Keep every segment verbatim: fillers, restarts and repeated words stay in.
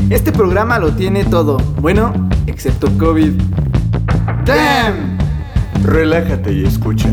Este programa lo tiene todo, bueno, excepto COVID. ¡Damn! Relájate y escucha.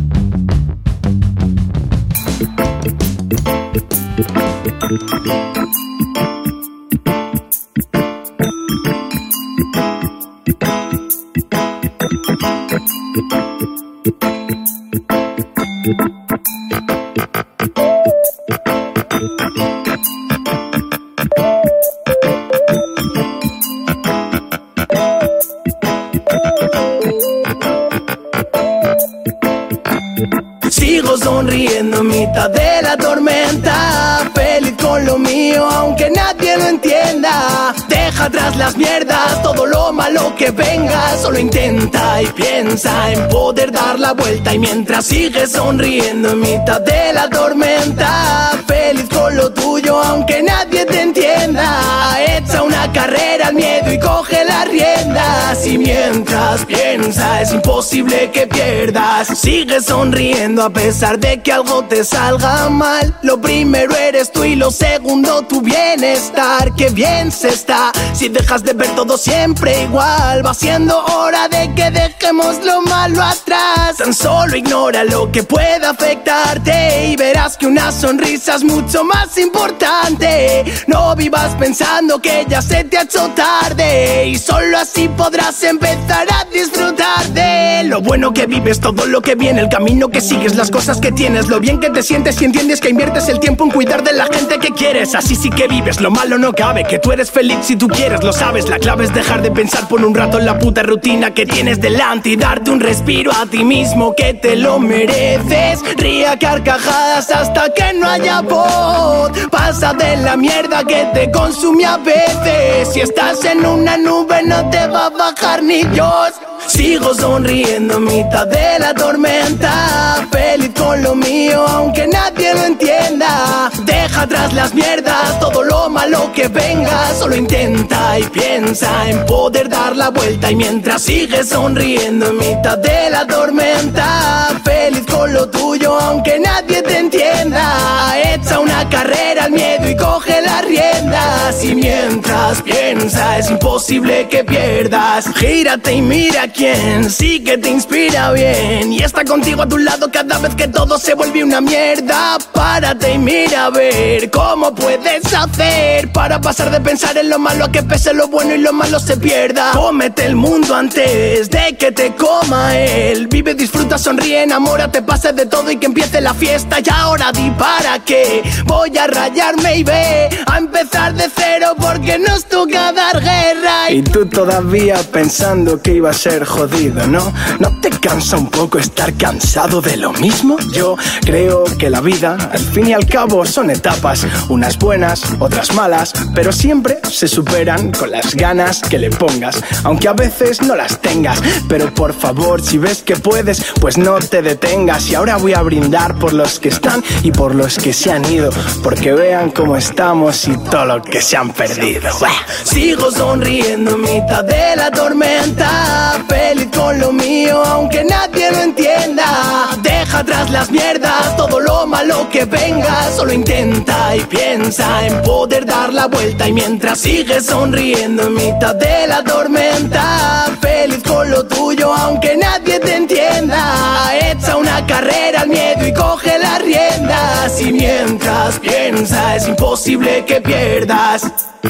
Sigo sonriendo en mitad de la tormenta, feliz con lo mío aunque nadie lo entienda. Deja atrás las mierdas, todo lo malo que venga, solo intenta y piensa en poder dar la vuelta. Y mientras sigues sonriendo en mitad de la tormenta, feliz con lo tuyo aunque nadie te entienda. Echa una carrera al miedo y coge las riendas. Y mientras piensa es imposible que pierdas. Sigue sonriendo a pesar de que algo te salga mal. Lo primero eres tú y lo segundo tu bienestar. Qué bien se está si dejas de ver todo siempre igual. Va siendo hora de que dejemos lo malo atrás. Tan solo ignora lo que pueda afectarte y verás que una sonrisa es mucho más importante. No vivas pensando que ya se te ha hecho tarde, y solo así podrás empezar a disfrutar de lo bueno que vives, todo lo que viene, el camino que sigues, las cosas que tienes, lo bien que te sientes y entiendes que inviertes el tiempo en cuidar de la gente que quieres. Así sí que vives, lo malo no cabe, que tú eres feliz si tú quieres, lo sabes. La clave es dejar de pensar por un rato en la puta rutina que tienes delante y darte un respiro a ti mismo, que te lo mereces. Ríe a carcajadas hasta que no haya voz. Pasa de la mierda que te consume a veces. Si estás en una nube no te va a bajar ni Dios. Sigo sonriendo en mitad de la tormenta, feliz con lo mío aunque nadie lo entienda. Deja atrás las mierdas, todo lo malo que venga, solo intenta y piensa en poder dar la vuelta. Y mientras sigues sonriendo en mitad de la tormenta, feliz con lo tuyo aunque nadie te entienda. Echa una carrera al miedo y coge las riendas. Y mientras piensa es imposible que pierdas. Gírate y mira quién sí que te inspira bien y está contigo a tu lado cada vez que todo se vuelve una mierda. Párate y mira a ver cómo puedes hacer para pasar de pensar en lo malo a que pese lo bueno y lo malo se pierda. Cómete el mundo antes de que te coma él. Vive, disfruta, sonríe, enamórate, pase de todo y que empiece la fiesta. Y ahora di para qué voy a rayarme y ve a empezar de cero porque nos toca dar guerra. Y tú todavía pensando que iba a ser jodido, ¿no? ¿No te cansa un poco estar cansado de lo mismo? Yo creo que la vida, al fin y al cabo, son etapas, unas buenas, otras malas, pero siempre se superan con las ganas que le pongas, aunque a veces no las tengas. Pero por favor, si ves que puedes, pues no te detengas. Y ahora voy a brindar por los que están y por los que se han ido, porque vean cómo estamos y todo lo que se han perdido. Sigo sonriendo en mitad de la tormenta, feliz con lo mío aunque nadie lo entienda. Deja atrás las mierdas, todo lo malo que venga, solo intenta y piensa en poder dar la vuelta. Y mientras sigues sonriendo en mitad de la tormenta, feliz con lo tuyo aunque nadie te entienda. Echa una carrera al miedo y coge las riendas. Y mientras piensa es imposible que pierdas.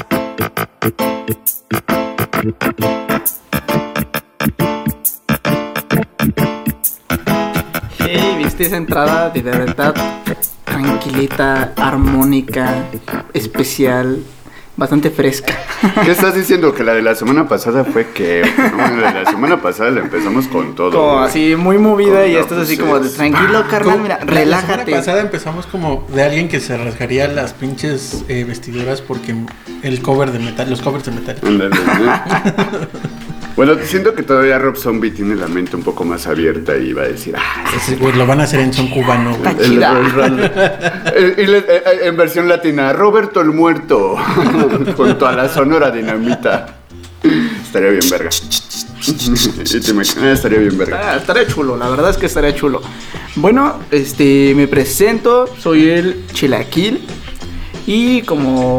Hey, ¿viste esa entrada de verdad tranquilita, armónica, especial, bastante fresca? ¿Qué estás diciendo? Que la de la semana pasada fue que... No, la de la semana pasada la empezamos con todo. Como así, muy movida, y esto es así como de tranquilo, carnal, mira, La relájate. semana pasada empezamos como de alguien que se rasgaría las pinches eh, vestiduras porque el cover de metal, los covers de metal. Ándale, ¿no? Bueno, siento que todavía Rob Zombie tiene la mente un poco más abierta y va a decir... Ah, Ese, güey, lo van a hacer en son cubano, güey. el, el, el, el, el, en versión latina, Roberto el Muerto, junto a la Sonora Dinamita. Estaría bien verga. Y te imaginas, estaría bien verga. Ah, estaría chulo, la verdad es que estaría chulo. Bueno, este, me presento, soy el Chilaquil. Y como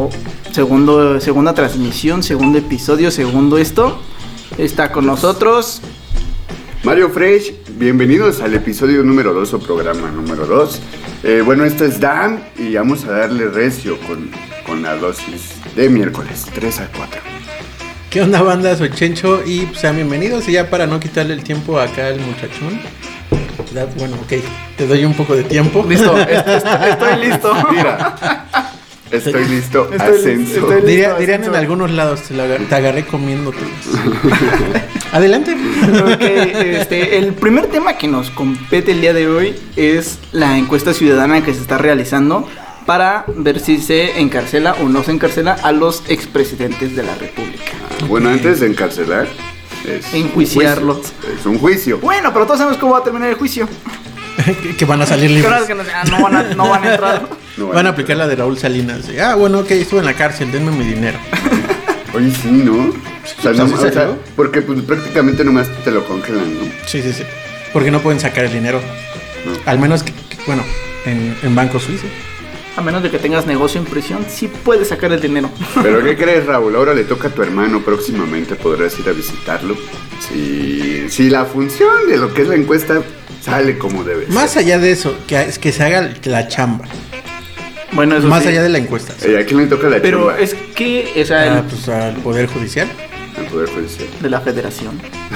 segundo, segunda transmisión, segundo episodio, segundo esto. Está con nosotros Mario Fresh, bienvenidos al episodio número dos o programa número dos. Eh, bueno, esto es Dan y vamos a darle recio con, con la dosis de miércoles, tres a cuatro. ¿Qué onda, banda? Soy Chencho y pues, sean bienvenidos. Y ya para no quitarle el tiempo acá al muchachón. Bueno, ok, te doy un poco de tiempo. Listo, estoy, estoy listo. Mira, estoy listo, Estoy ascenso. listo, estoy listo. Diría, dirían ascenso. en algunos lados, te, la agar- te agarré comiéndote. Adelante. Ok, este, el primer tema que nos compete el día de hoy es la encuesta ciudadana que se está realizando para ver si se encarcela o no se encarcela a los expresidentes de la República. Bueno, antes de encarcelar, es Enjuiciarlo. un juicio. Es un juicio. Bueno, pero todos sabemos cómo va a terminar el juicio. que, que van a salir Que libres. no, que no, ah, no van a, no van a entrar. No, Van a aplicar la de Raúl Salinas. de, Ah, bueno, ok, estuve en la cárcel, denme mi dinero. Oye, sí, ¿no? O sea, Pues no, así o sea, salió. porque pues, prácticamente nomás te lo congelan, ¿no? Sí, sí, sí. Porque no pueden sacar el dinero. No. Al menos que, que, bueno, en, en banco suizo. A menos de que tengas negocio en prisión, sí puedes sacar el dinero. Pero ¿qué crees, Raúl? Ahora le toca a tu hermano, próximamente podrás ir a visitarlo. Si, si la función de lo que es la encuesta sale como debe ser. Más allá de eso, que, es que se haga la chamba. Bueno, eso Más sí. allá de la encuesta. Eh, ¿A quién le toca la Pero chamba? es que, o sea, Ah, el- pues al Poder Judicial. Al Poder Judicial. de la federación.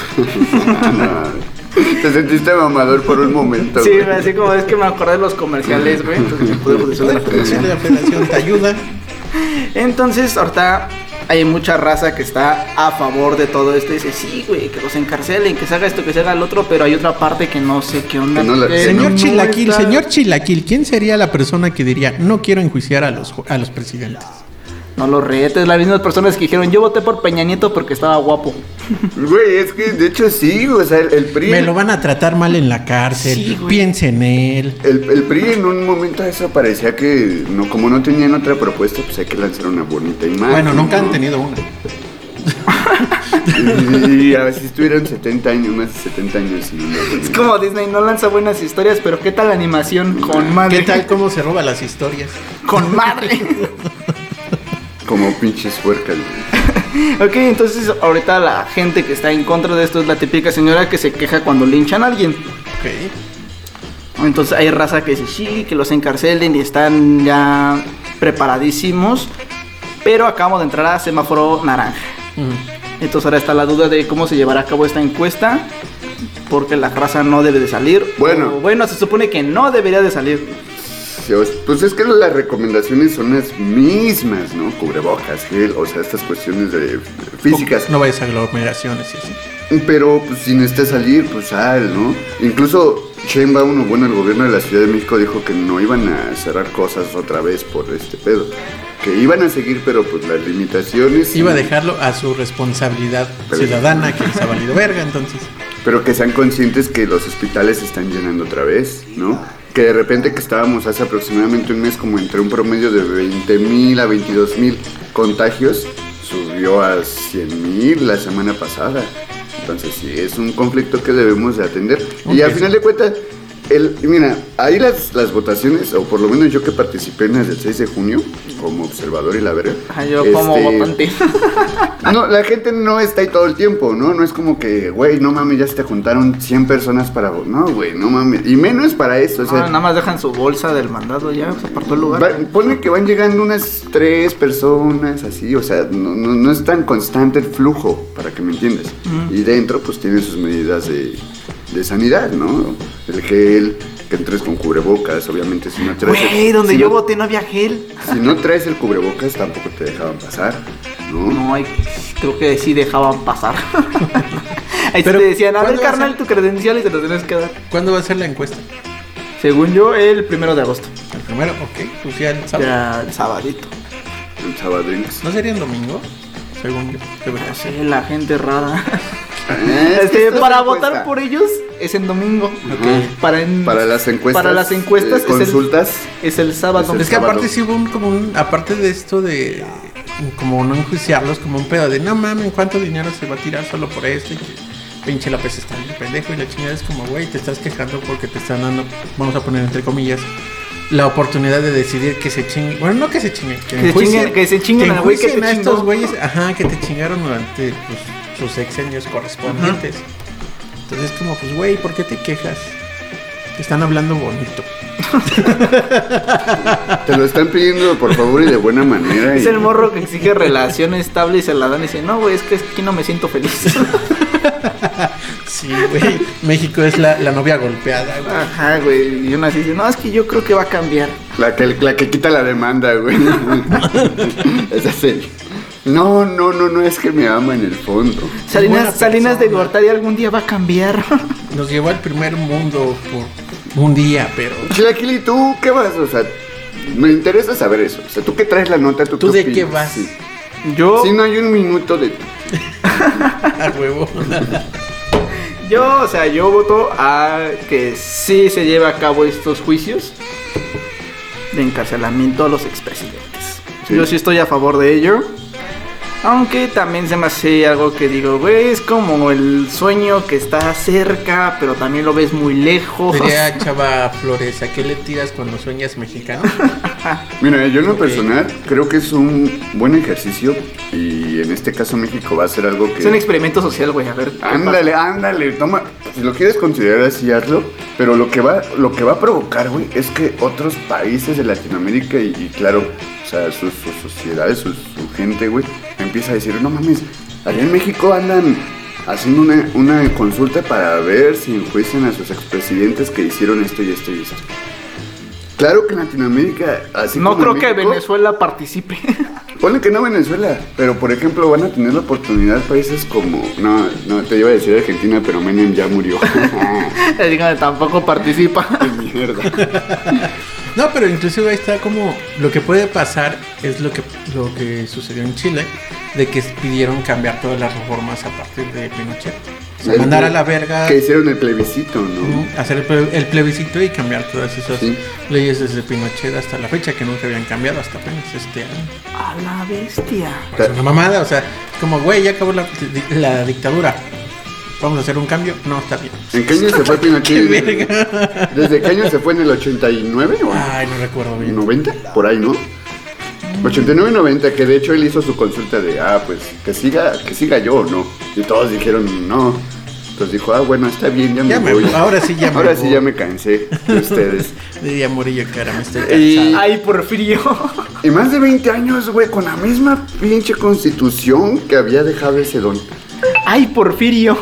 No. Te sentiste mamador por un momento. Sí, güey. así como es que me acordé de los comerciales, güey. Entonces, el Poder Judicial de la Poder Judicial Federación. de la Federación te ayuda. Entonces, ahorita hay mucha raza que está a favor de todo esto. Dice, sí, güey, que los encarcelen, que se haga esto, que se haga el otro. Pero hay otra parte que no sé qué onda. Que no la- porque Señor no Chilaquil, está- señor Chilaquil, ¿quién sería la persona que diría no quiero enjuiciar a los, ju- a los presidentes? No lo retes, las mismas personas que dijeron, yo voté por Peña Nieto porque estaba guapo. Güey, es que de hecho sí, o sea, el, el P R I. Me lo van a tratar mal en la cárcel, Sí, güey. piense en él. El, el P R I en un momento de eso parecía que, no, como no tenían otra propuesta, pues hay que lanzar una bonita imagen. Bueno, nunca han ¿no? tenido una. Y, y a ver si estuvieran setenta años, más de setenta años. Y no, Es como Disney, no lanza buenas historias, pero ¿qué tal la animación? Con madre. ¿Qué tal cómo se roba las historias? Con madre. Como pinches puercas. güey. Ok, entonces ahorita la gente que está en contra de esto es la típica señora que se queja cuando linchan a alguien. Ok. Entonces hay raza que dice, sí, que los encarcelen y están ya preparadísimos. Pero acabamos de entrar a semáforo naranja. Ujú. Entonces ahora está la duda de cómo se llevará a cabo esta encuesta. Porque la raza no debe de salir. Bueno. O, bueno, se supone que no debería de salir. Sí, o- Pues es que las recomendaciones son las mismas, ¿no? Cubrebocas, gel, o sea, estas cuestiones de físicas. No vayas a aglomeraciones y así. Pero pues si necesitas salir, pues sal, ¿no? Incluso Sheinbaum, bueno, el gobierno de la Ciudad de México dijo que no iban a cerrar cosas otra vez por este pedo. Que iban a seguir, pero pues las limitaciones... Iba a dejarlo a su responsabilidad Pero- ciudadana, que les ha valido verga, entonces. Pero que sean conscientes que los hospitales se están llenando otra vez, ¿no? Que de repente que estábamos hace aproximadamente un mes como entre un promedio de veinte mil a veintidós mil contagios, subió a cien mil la semana pasada. Entonces sí, es un conflicto que debemos de atender. Y Ok. al final de cuentas, el, mira, ahí las, las votaciones, o por lo menos yo que participé en las del seis de junio, como observador y la verga. Ajá, yo como este, votante. No, la gente no está ahí todo el tiempo, ¿no? No es como que, güey, no mames, ya se te juntaron cien personas para... vo-". No, güey, no mames. Y menos para esto, o sea... Ah, nada más dejan su bolsa del mandado ya, se apartó el lugar. va- ponle que van llegando unas tres personas, así, o sea, no, no, no es tan constante el flujo, para que me entiendas. Y dentro, pues, tienen sus medidas de, de sanidad, ¿no? El gel, que entres con cubrebocas, obviamente, si no traes... el- Güey, donde si yo no- voté no había gel. Si no traes el cubrebocas, tampoco te dejaban pasar, ¿no? No, hay, creo que sí dejaban pasar. Ahí sí Pero, te decían, a ver, ¿cuándo va a carnal, ser? tu credencial y te lo tienes que dar. ¿Cuándo va a ser la encuesta? Según yo, el primero de agosto. El primero, ok, pues ya el sábado. Ya el sabadito. En Sabadrings. ¿No sería en domingo? Según yo, debería No ser. sé, la gente rara. Eh, es que Este, esto es para encuesta. votar por ellos es en domingo. Ok. Para, en- Para las encuestas. Para las encuestas eh, es el- consultas. es el sábado. Es el Es que sábado. aparte sí hubo un, como un, aparte de esto de como no enjuiciarlos, como un pedo de no mames, ¿cuánto dinero se va a tirar solo por esto? Y que pinche López está bien pendejo y la chingada es como, güey, te estás quejando porque te están dando, vamos a poner entre comillas, la oportunidad de decidir que se chinguen. Bueno, no que se chinguen. Que, Que se chinguen- que se chinguen al güey que te enjuicien a estos chingó. güeyes, ajá, que te chingaron durante pues, sus sexenios correspondientes. Entonces, como, pues, güey, ¿por qué te quejas? Te están hablando bonito. Te lo están pidiendo por favor y de buena manera. Es y- el morro que exige relación estable y se la dan y dice, no, güey, es que aquí no me siento feliz. Sí, güey. México es la, la novia golpeada, güey. Ajá, güey. Y uno así dice, no, es que yo creo que va a cambiar. La que, la que quita la demanda, güey. Es así. No, no, no, no es que me ama en el fondo. buena Salinas, Salinas de persona. Gortari algún día va a cambiar. Nos llevó al primer mundo por un día, pero... Chilaquili, ¿tú qué vas? O sea, me interesa saber eso. O sea, ¿tú qué traes la nota? ¿Tú, ¿Tú de opinas? qué vas? Sí. Yo, Si no hay un minuto de... A huevo. yo, o sea, yo voto a que sí se lleve a cabo estos juicios de encarcelamiento a los expresidentes. Sí. Yo sí estoy a favor de ello. Aunque también se me hace algo que digo, güey, es como el sueño que está cerca, pero también lo ves muy lejos. Diría Chava Flores, ¿a qué le tiras cuando sueñas mexicano? Mira, yo en lo Ok. personal creo que es un buen ejercicio y en este caso México va a hacer algo que... Es un experimento social, güey, a ver. qué Ándale, ándale, toma, si lo quieres considerar así, hazlo, pero lo que va, lo que va a provocar, güey, es que otros países de Latinoamérica y, y claro, o sea, sus, sus sociedades, su, su gente, güey, empieza a decir, no mames, allá en México andan haciendo una, una consulta para ver si enjuician a sus expresidentes que hicieron esto y esto y esto. Claro que en Latinoamérica, así No como en creo que México, Venezuela participe. Ponle que no Venezuela, pero por ejemplo van a tener la oportunidad países como... No, no, te iba a decir Argentina, pero Menem ya murió. Dígame, tampoco participa. Mierda. No, pero inclusive ahí está como lo que puede pasar es lo que lo que sucedió en Chile, de que pidieron cambiar todas las reformas a partir de Pinochet. O sea, El mandar que- a la verga, Que hicieron el plebiscito, ¿no? ujú, hacer el, ple- el plebiscito y cambiar todas esas Sí. leyes desde Pinochet hasta la fecha que nunca habían cambiado hasta apenas este año. A la bestia. Es una mamada, o sea, como güey, ya acabó la, la dictadura. Vamos a hacer un cambio. No, está bien. ¿En qué año se fue Pinochet? Qué verga. ¿Desde qué año se fue? ¿En el ochenta y nueve o Ay, no recuerdo bien. noventa? Por ahí, ¿no? ochenta y nueve noventa, que de hecho él hizo su consulta de, ah, pues, que siga, que siga yo, ¿no? Y todos dijeron, no. Entonces dijo, ah, bueno, está bien, ya me Ya me voy. voy, ahora sí ya me Ahora voy. sí ya me cansé de ustedes. Diría Murillo, cara, me estoy Y- cansado. Ay, Porfirio. Y más de veinte años, güey, con la misma pinche constitución que había dejado ese don. Ay, Porfirio.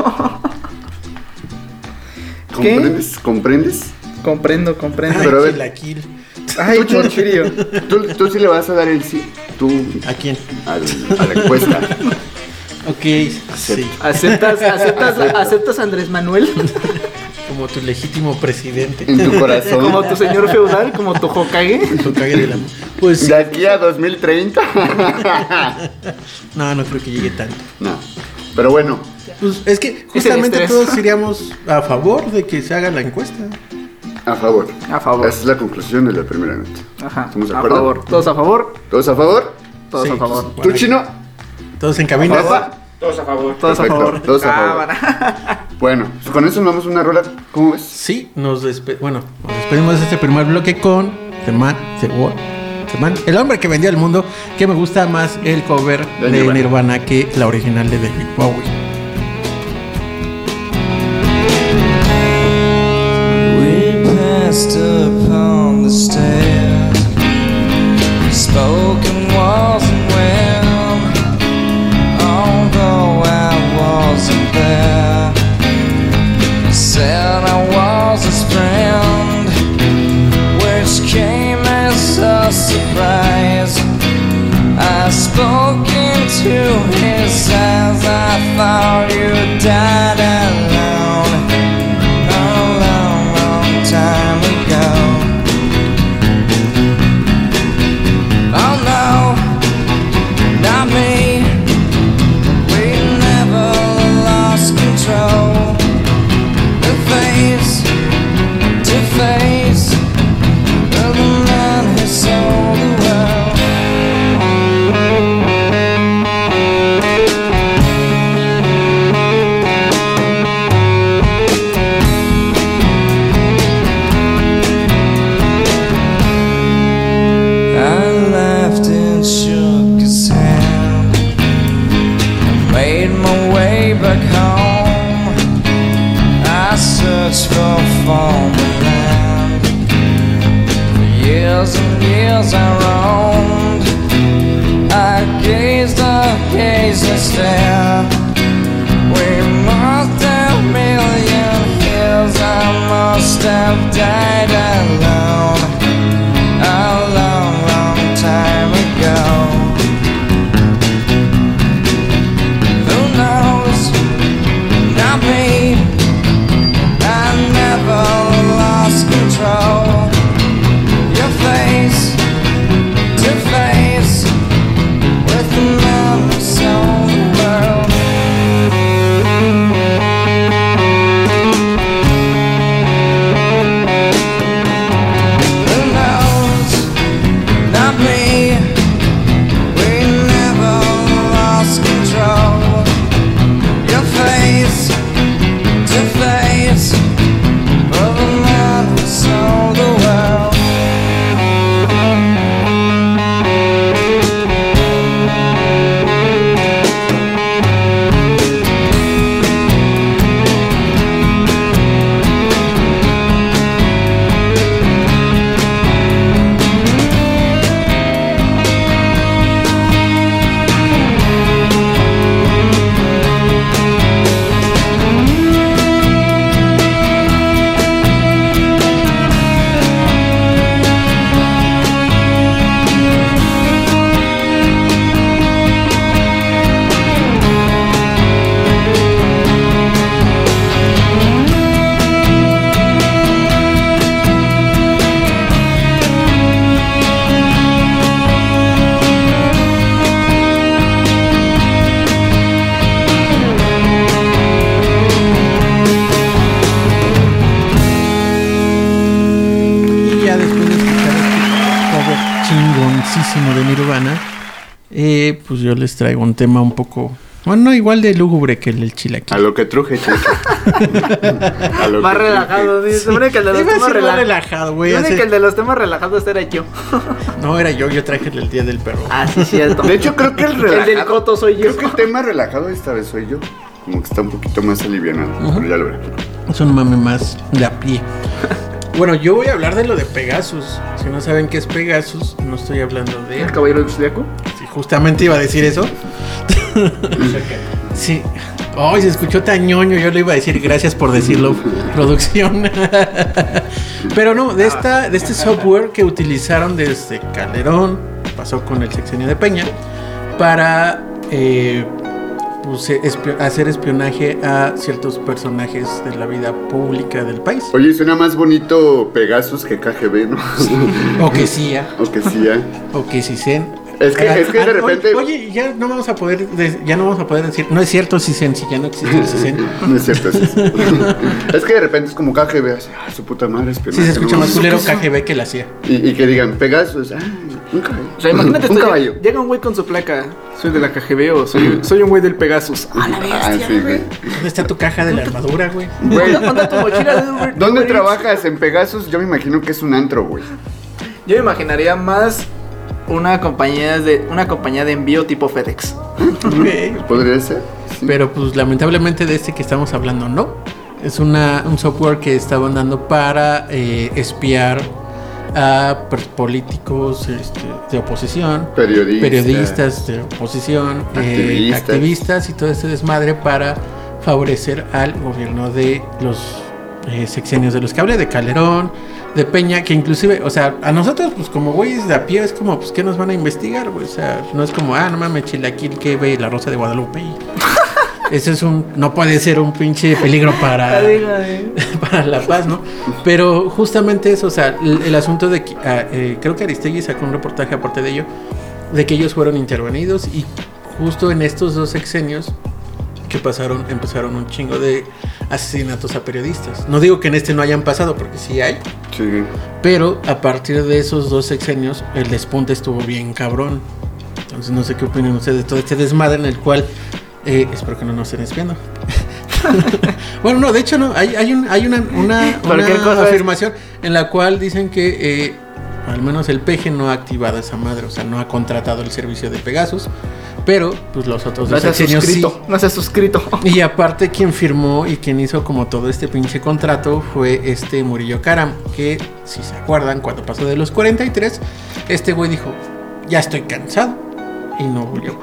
¿Qué? ¿Comprendes? ¿Comprendes? Comprendo, comprendo. Ay, pero a ver. chilaquil. Ay, Tú, Chino, Porfirio. Tú, tú sí le vas a dar el sí. Tú ¿A quién? al- a la encuesta. Ok, sí. ¿Aceptas, aceptas, aceptas a Andrés Manuel? Como tu legítimo presidente. En tu corazón. Como tu señor feudal, como tu Hokage. Tu cague de la- Pues De aquí a dos mil treinta. no, no creo que llegue tanto. No. Pero bueno, Pues es que justamente estrés. todos iríamos a favor de que se haga la encuesta. a favor. A favor. Esa es la conclusión de la primera nota. Ajá. ¿Estamos de A acuerdo? favor. ¿Todos a favor? ¿Todos a favor? Todos Sí, a favor. pues, ¿Tú, bueno, Chino? Todos en cabina. ¿Papá? Todos a favor. Perfecto, todos a favor. Cámara. Bueno, pues con eso nos vamos a una rola. ¿Cómo ves? Sí, nos despe bueno, nos despedimos de este primer bloque con The Man, The What, The Man, el hombre que vendió el mundo, que me gusta más el cover De de Nirvana. Nirvana que la original de David Bowie. We passed upon the stairs, spoken wasn't well, although I wasn't there. Said I was his friend, which came as a surprise. I spoke into his eyes, I thought gaze and stare. We must have million years. I must have died alone a long, long time ago. Who knows? Not me. I never lost control. Your face to face with the man who sold the world. Who knows? Not me. We never lost control. Your face to face with the man who sold the world. Y ya después de escuchar este cover chingoncísimo de Nirvana, eh, pues yo les traigo un tema un poco, bueno, no igual de lúgubre que el del chilaquil. A lo que truje, chico. A lo Más que relajado, truje. se supone que el de los Iba a temas ser más relajados. relajado, güey. Se supone hace- que el de los temas relajados era yo. No, era yo, yo traje el del Día del Perro. Ah, sí, cierto. De hecho, creo que el relajado... El del coto soy yo. Creo que el tema relajado esta vez soy yo. Como que está un poquito más alivianado. Pero ya lo veré. Es un mame más de a pie. Bueno, yo voy a hablar de lo de Pegasus. Si no saben qué es Pegasus, no estoy hablando de... ¿El caballero del Zodiaco? Sí, justamente iba a decir eso. Sí. Ay, se escuchó tan ñoño. Yo le iba a decir gracias por decirlo, producción. Pero no, de esta, de este software que utilizaron desde Calderón, pasó con el sexenio de Peña, para eh, pues, espio- hacer espionaje a ciertos personajes de la vida pública del país. Oye, suena más bonito Pegasus que K G B, ¿no? O que sí, ¿eh? O que sí, ¿eh? O que sí sean. Es que- es que de repente- Oye, oye, ya no vamos a poder, de- ya no vamos a poder decir, no es cierto Cisen, si ya no existe el Cisen. No es cierto, es Es que de repente es como K G B, así, ah, su puta madre, espionaje. Sí se escucha ¿no? más culero K G B que la C I A. Y, y que digan, Pegasus, ah, un caballo. O sea, imagínate, un estoy- caballo. llega un güey con su placa. Soy de la K G B o soy, soy un güey del Pegasus. A la Ah, bestia, sí, güey. güey. ¿Dónde está tu caja de la armadura, güey? Güey, ¿Dónde anda tu mochila de Uber? ¿dónde Uber Eats? trabajas? En Pegasus, yo me imagino que es un antro, güey. Yo me imaginaría más una compañía de una compañía de envío tipo FedEx. Güey. ¿Podría ser? Sí. Pero pues lamentablemente de este que estamos hablando no. Es una, un software que estaban dando para eh, espiar a per- políticos este, de oposición, Periodistas. periodistas de oposición, eh, Activistas. activistas y todo este desmadre para favorecer al gobierno de los eh, sexenios de los que hablé, de Calderón, de Peña, que inclusive, o sea, a nosotros, pues como güeyes de a pie, es como, pues, ¿qué nos van a investigar, güey? O sea, no es como, ah, no mames, Chilaquil, que ve la Rosa de Guadalupe. Y ese es un, no puede ser un pinche peligro para, para la paz, ¿no? Pero justamente eso, o sea, el, el asunto de que, ah, eh, creo que Aristegui sacó un reportaje aparte de ello, de que ellos fueron intervenidos y justo en estos dos sexenios que pasaron, empezaron un chingo de asesinatos a periodistas. No digo que en este no hayan pasado, porque sí hay, Sí. pero a partir de esos dos sexenios el despunte estuvo bien cabrón. Entonces no sé qué opinan ustedes de todo este desmadre en el cual eh, espero que no nos estén espiando. Bueno, no, de hecho no, hay, hay, un, hay una, una, Cualquier una cosa es- afirmación en la cual dicen que eh, al menos el P G no ha activado esa madre, o sea, no ha contratado el servicio de Pegasus, pero pues los otros No dos se ha sexenios sí. suscrito. No se ha suscrito. Y aparte quien firmó y quien hizo como todo este pinche contrato fue este Murillo Karam, que si se acuerdan cuando pasó de los cuarenta y tres, este güey dijo, ya estoy cansado y no volvió a buscar.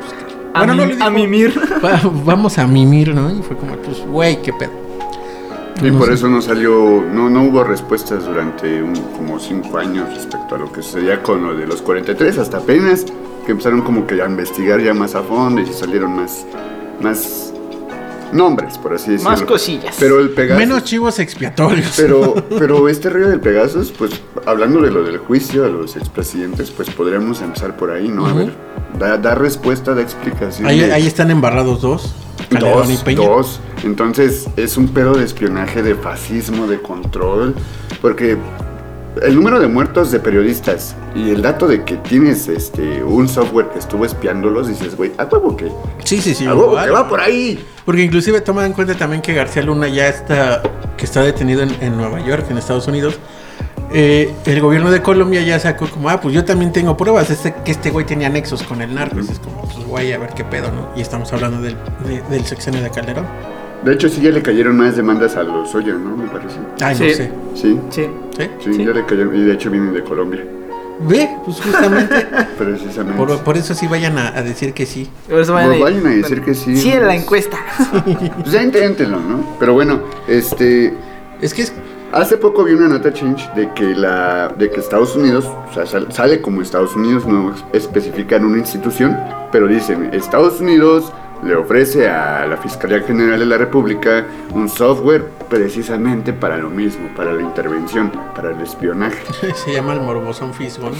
A, Bueno, mi- no le dijo, a mimir. "Va- vamos a mimir, ¿no? Y fue como, pues, güey, qué pedo. Y No por sé. eso no salió, no, no hubo respuestas durante un, como cinco años respecto a lo que sucedía con lo de los cuarenta y tres, hasta apenas que empezaron como que a investigar ya más a fondo y se salieron más, más nombres, por así decirlo. Más cosillas. Pero el Pegasus... Menos chivos expiatorios. Pero, pero este rollo del Pegasus, pues hablando de lo del juicio a los expresidentes, pues podríamos empezar por ahí, ¿no? A Ujú. ver, da, da respuesta, da explicación. ahí, de- ahí están embarrados dos. Calderón Dos, y Peña. dos. Entonces es un pedo de espionaje, de fascismo, de control. Porque el número de muertos de periodistas y el dato de que tienes este un software que estuvo espiándolos, dices, güey, a huevo que, Sí, sí, sí. a huevo igual. que va por ahí. Porque inclusive toman en cuenta también que García Luna ya está, que está detenido en, en Nueva York, en Estados Unidos. Eh, el gobierno de Colombia ya sacó como, ah, pues yo también tengo pruebas, este, que este güey tenía nexos con el narco. Y es como, pues güey, a ver qué pedo, ¿no? Y estamos hablando del, de- del sexenio de Calderón. De hecho, sí ya le cayeron más demandas a los Oya, ¿no? Me parece. Ay, Sí. no sé. Sí, Sí. ¿Sí? sí, Sí. ya le cayeron. Y de hecho vienen de Colombia, Ve, pues justamente. precisamente. por, por eso sí vayan a, a decir que sí. Por eso vayan, Pues vayan a decir que sí. Sí, en la encuesta. Pues ya inténtenlo, ¿no? Pero bueno, este... Es que es. Hace poco vi una nota change de que la de que Estados Unidos, o sea, sal- sale como Estados Unidos, no especifican una institución, pero dicen Estados Unidos le ofrece a la Fiscalía General de la República un software precisamente para lo mismo, para la intervención, para el espionaje. Se llama el morbosón fisgón.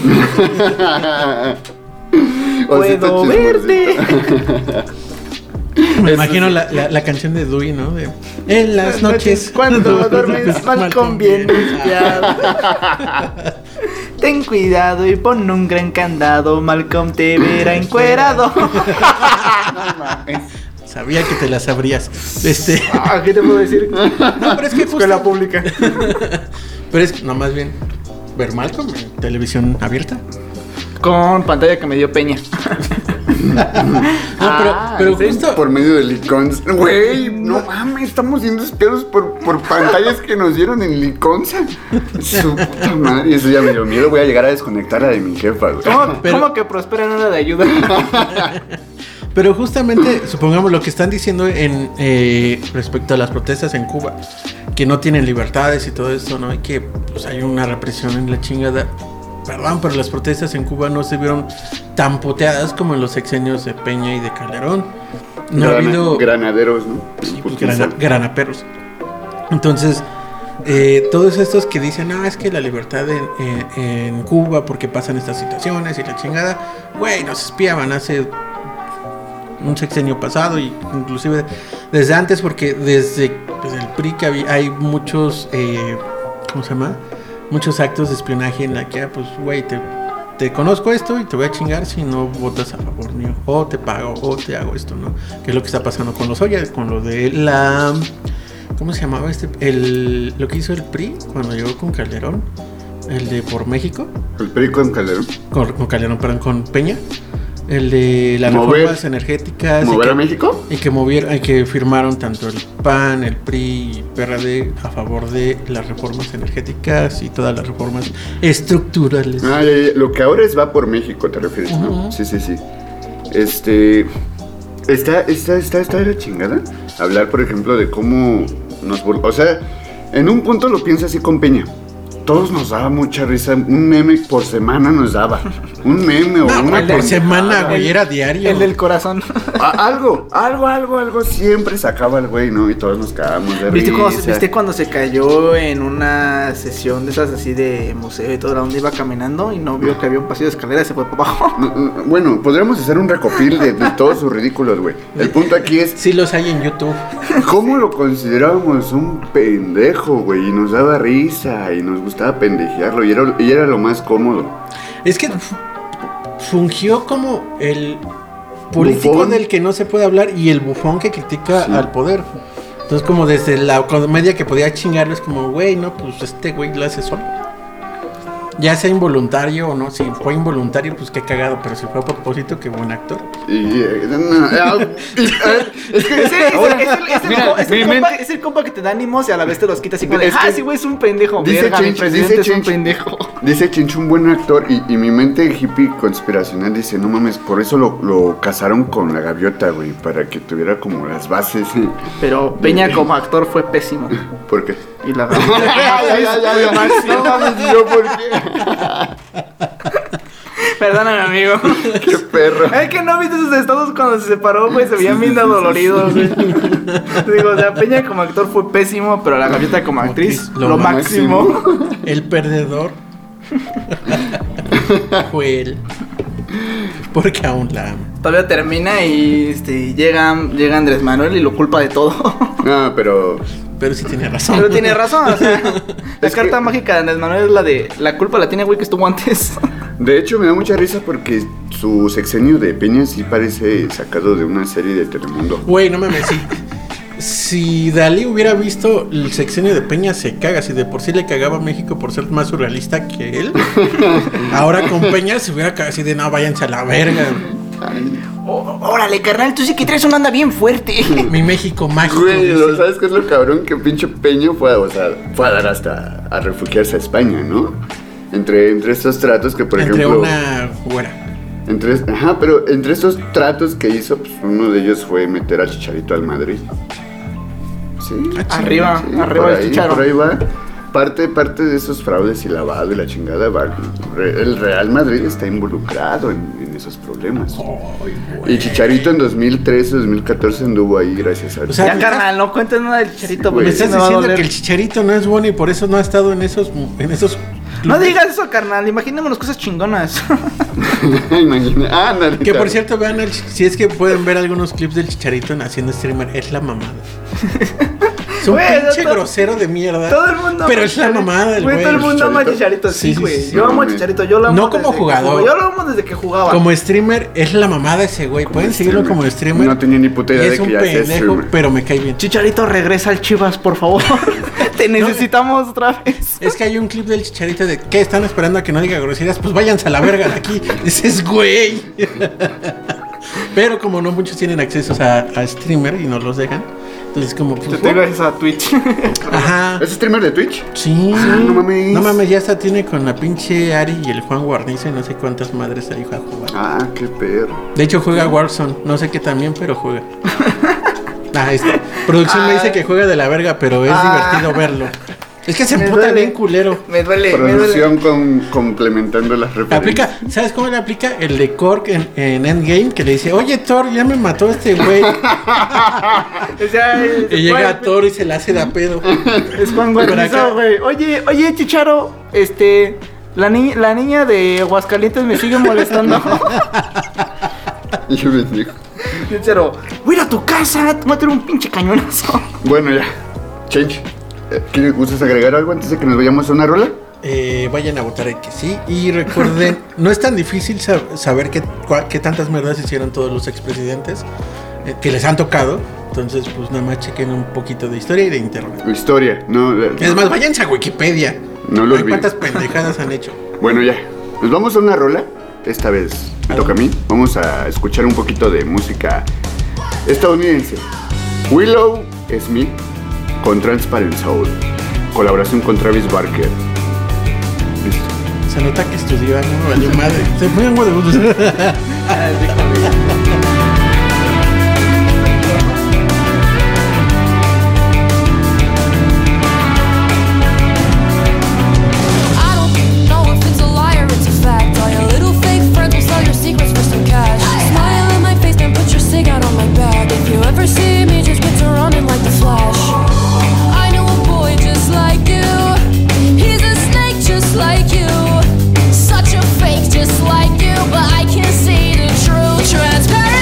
Osito Puedo chismosito. verte. Me imagino la, la, la canción de Dewey, ¿no? De, en las noches. Cuando duermes mal conviene espiar. Ten cuidado y pon un gran candado. Malcolm te verá encuerado. Sabía que te la sabrías. Este. Ah, ¿qué te puedo decir? No, pero es que justo- Escuela pública. Pero es que, no, más bien. Ver Malcolm en televisión abierta. Con pantalla que me dio Peña. No, pero, Ah, pero ¿sí? justo. Por medio de Licons. Güey, no mames, estamos siendo espiados por, por pantallas que nos dieron en Liconza. Su puta madre, eso ya me dio miedo. Voy a llegar a desconectar a de mi jefa, güey. ¿Cómo, Pero- cómo que Prospera no era de ayuda? Pero justamente, supongamos lo que están diciendo en eh, respecto a las protestas en Cuba, que no tienen libertades y todo esto, ¿no? Y que pues hay una represión en la chingada. Perdón, pero las protestas en Cuba no se vieron tan puteadas como en los sexenios de Peña y de Calderón. No ha Grana- habido granaderos, ¿no? sí, pues, Putiza. grana- granaperos. Entonces, eh, todos estos que dicen, ah, es que la libertad en, en- en Cuba porque pasan estas situaciones y la chingada, güey, nos espiaban hace un sexenio pasado y inclusive desde antes, porque desde pues, el P R I que había- hay muchos, eh, ¿cómo se llama? Muchos actos de espionaje en la que, ah, pues, güey, te, te conozco esto y te voy a chingar si no votas a favor mío, o te pago, o te hago esto, ¿no? Que es lo que está pasando con los Oya, con lo de la... ¿Cómo se llamaba este? El, lo que hizo el P R I cuando llegó con Calderón, el de Por México, El perico en Calderón. con, con Calderón, perdón, con Peña, el de las Mover- reformas energéticas. y ¿Mover que- a México? Y que movieron, y que firmaron tanto el P A N, el P R I y P R D a favor de las reformas energéticas y todas las reformas estructurales. Ah, ya, ya, lo que ahora es Va por México, te refieres, ¿no? Ujú. Sí, sí, sí. Este. Está, está, está, está de la chingada. Hablar, por ejemplo, de cómo nos. vol- O sea, en un punto lo pienso así con Peña. Todos nos daba mucha risa. Un meme por semana nos daba. Un meme o No, una el de pendejada. semana, güey, era diario. El del corazón. A- algo, algo, algo, algo siempre sacaba el güey, ¿no? Y todos nos cagábamos de ¿Viste, risa. cómo se- ¿Viste cuando se cayó en una sesión de esas así de museo y todo, donde iba caminando y no vio que había un pasillo de escalera y se fue para abajo? No, no, Bueno, podríamos hacer un recopil de, de todos sus ridículos, güey. El punto aquí es Sí los hay en YouTube. cómo lo considerábamos un pendejo, güey. Y nos daba risa y nos gustaba pendejearlo. Y era, y era lo más cómodo. Es que fu- fungió como el político Bufón. del que no se puede hablar y el bufón que critica Sí. al poder. Entonces, como desde la comedia que podía chingarlo, es como, güey, no, pues este güey lo hace solo. Ya sea involuntario o no, si fue involuntario, pues qué cagado, pero si fue a propósito, qué buen actor. Y, eh, no, ah, y, eh, es que Es el, es el- es el- es el Mira, co- es el mi compa, mente- es el compa que te da ánimos y a la vez te los quita así como de, Es ah, que- sí, güey, es un pendejo. Dice Verga, mi Chinch, presidente dice es un Chinch. pendejo. Dice Chinch, un buen actor, y, y mi mente hippie conspiracional dice, no mames, por eso lo, lo casaron con la gaviota, güey, para que tuviera como las bases. Pero Peña como actor fue pésimo. ¿Por qué? Y la ya, ya, ya, ya, ya. No mames, yo por qué. Perdóname, amigo. Qué perro. Es que no viste sus estados cuando se separó, güey, se veían bien adoloridos, güey. Digo, o sea, Peña como actor fue pésimo, pero la gaviota como actriz, Lo lo, máximo. El perdedor fue él. Porque aún la ama. Todavía termina y este, llega, llega Andrés Manuel y lo culpa de todo. No, pero Pero sí tiene razón. Pero tiene razón, o sea, la Es carta que- mágica de Andrés Manuel es la de la culpa la tiene güey que estuvo antes. de hecho me da mucha risa porque su sexenio de Peña sí parece sacado de una serie de Telemundo. Güey, no mames, si, si Dalí hubiera visto el sexenio de Peña, se caga. Si de por sí le cagaba a México por ser más surrealista que él, ahora con Peña se hubiera cagado así de no, váyanse a la verga. Ó- Órale, carnal, tú sí que traes una onda bien fuerte. Mi México mágico. Güey, dice. ¿lo- ¿sabes qué es lo cabrón? Que pinche Peña fue a, o sea, fue a dar hasta a refugiarse a España, ¿no? Entre, entre estos tratos que, por Entre ejemplo... una güera. Entre, ajá, pero entre estos tratos que hizo, pues uno de ellos fue meter a Chicharito al Madrid. Sí. Arriba, sí, arriba por el ahí, Chicharo. Por ahí va. Parte, parte de esos fraudes y lavado y la chingada va. re- El Real Madrid está involucrado en, en esos problemas. Ay, güey. Y Chicharito en dos mil trece, dos mil catorce anduvo ahí gracias a... O sea, Ya, me carnal, no cuentes nada del Chicharito Güey, porque Me sí estás me va a diciendo doler. que el Chicharito no es bueno y por eso no ha estado en esos en esos No clubes? digas eso, carnal, imaginémonos cosas chingonas. Imagina. Ah, no, Que por cierto, vean, el, si es que pueden ver algunos clips del Chicharito en haciendo streamer, es la mamada. Es un Güey, pinche todo- grosero de mierda. Todo el mundo Pero ama es la Chicharito. mamada del Güey, güey. todo el mundo ama a Chicharito. Chicharito, sí, Sí, güey. sí, sí. Yo No, amo a mames. Chicharito, yo lo amo No como desde que jugador. jugó. Yo lo amo desde que jugaba. Como streamer, es la mamada ese güey. Pueden seguirlo como streamer. No tenía ni puta idea Y de es que un ya sea pendejo, streamer. pero me cae bien. Chicharito, regresa al Chivas, por favor. Te necesitamos otra vez. Es que hay un clip del Chicharito de ¿qué? ¿Están esperando a que no diga groserías? Pues váyanse a la verga de aquí. Dices, güey. Pero como no muchos tienen acceso a, a streamer y no los dejan, entonces como pues, Te tengo gracias a Twitch. ajá. ¿Es streamer de Twitch? Sí. no mames. No mames, ya hasta tiene con la pinche Ari y el Juan Guarnizo y no sé cuántas madres ahí a jugar. Ah, qué perro. De hecho juega Warzone, no sé qué también, pero juega. Ah, esta producción me dice que juega de la verga, pero es Ah. divertido verlo. Es que se Me emputa duele. bien culero. Me duele, me duele. Producción con, complementando las referencias. Aplica, ¿sabes cómo le aplica? El de Korg en, en Endgame, que le dice, oye Thor, ya me mató este güey. O sea, es- Y llega Juan- Thor y se la hace de a pedo. Es Juan Pero acá- Guarnizo, güey. Oye, oye, Chicharo, este, la, ni la niña de Aguascalientes me sigue molestando. Y yo me digo, Chicharo, voy a ir a tu casa, te voy a tener un pinche cañonazo. bueno, ya. Change. Eh, ¿Quieres gustas agregar algo antes de que nos vayamos a una rola? Eh, vayan a votar en que sí. Y recuerden, no es tan difícil sab- saber qué, cua- qué tantas mierdas hicieron todos los expresidentes eh, que les han tocado. Entonces, pues nada más chequen un poquito de historia y de internet. Historia, no. eh, Es más, váyanse a Wikipedia. No lo Ay, olviden. cuántas pendejadas han hecho. Bueno, ya. Nos vamos a una rola. Esta vez me toca a mí. Vamos a escuchar un poquito de música estadounidense. Willow Smith con Transparent Soul. Colaboración con Travis Barker. Listo. Se nota que estudió, no me valió madre. Se fue en Guadalupe. I don't know if it's a lie or it's a fact. All your little fake friends will sell your secrets for some cash. Smile in my face, then put your cig out on my back. If you ever see me, just picture running like the Flash. I know a boy just like you. He's a snake just like you. Such a fake just like you, but I can see the true transparent.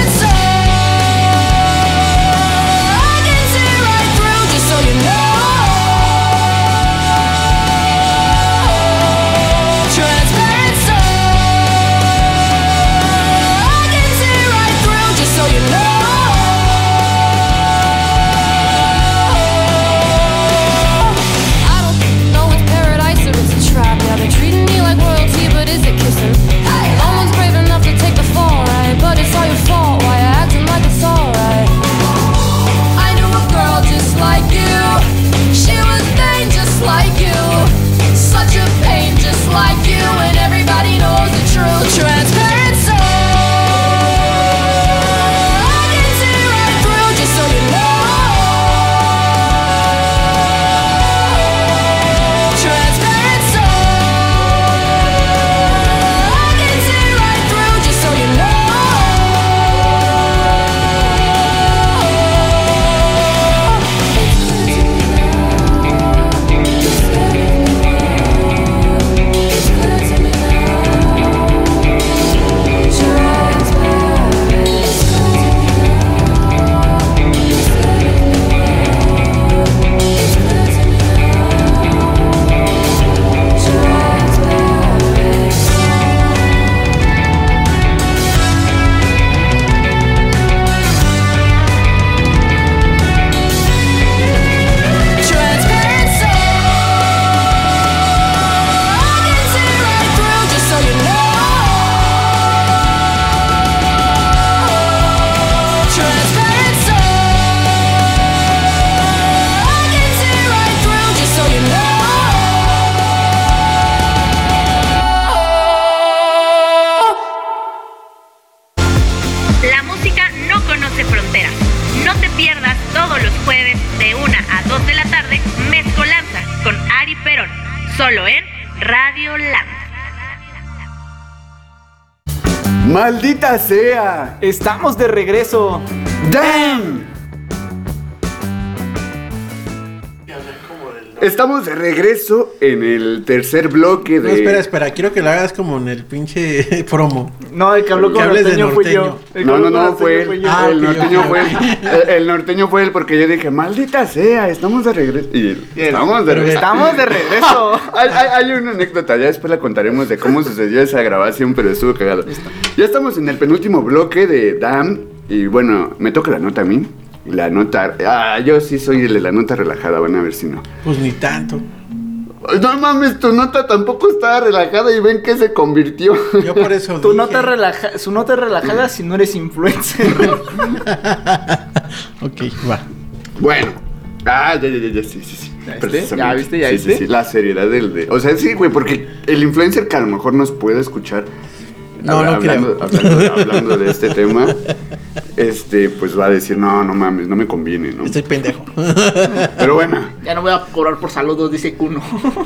La música no conoce fronteras. No te pierdas todos los jueves de una a dos de la tarde Mezcolanza con Ari Perón, solo en Radio Land. ¡Maldita sea! Estamos de regreso. ¡Damn! Estamos de regreso en el tercer bloque de... No, espera, espera, quiero que lo hagas como en el pinche promo. No, el que habló con Que hables de norteño fui yo. norteño. El que No, habló no, con no, fue norteño él. fui yo. Ah, el ok, norteño ok, fue él. ok. El, el norteño fue él porque yo dije, maldita sea, estamos de regreso. Y estamos de regreso. Estamos de regreso. Hay, hay, hay una anécdota, ya después la contaremos de cómo sucedió esa grabación, pero estuvo cagado. Ya estamos en el penúltimo bloque de Damn. Y bueno, me toca la nota a mí. Y la nota... Ah, yo sí soy el de la nota relajada, van a ver si no. Pues ni tanto. No mames, tu nota tampoco estaba relajada y ven que se convirtió. Yo por eso Tu dije. nota relaja, su nota es relajada si no eres influencer. Ok, va. Bueno. Ah, ya, ya, ya, ya, sí, sí, sí. ¿Ya viste? Precisamente. ¿Ya viste? ¿Ya sí, viste? Sí, sí, la seriedad del de... O sea, sí, güey, porque el influencer que a lo mejor nos puede escuchar... No, no hablando, creo. hablando, hablando de este tema, este, pues va a decir, no, no mames, no me conviene, ¿no? Estoy pendejo. Pero bueno, Ya no voy a cobrar por saludos, dice Kuno.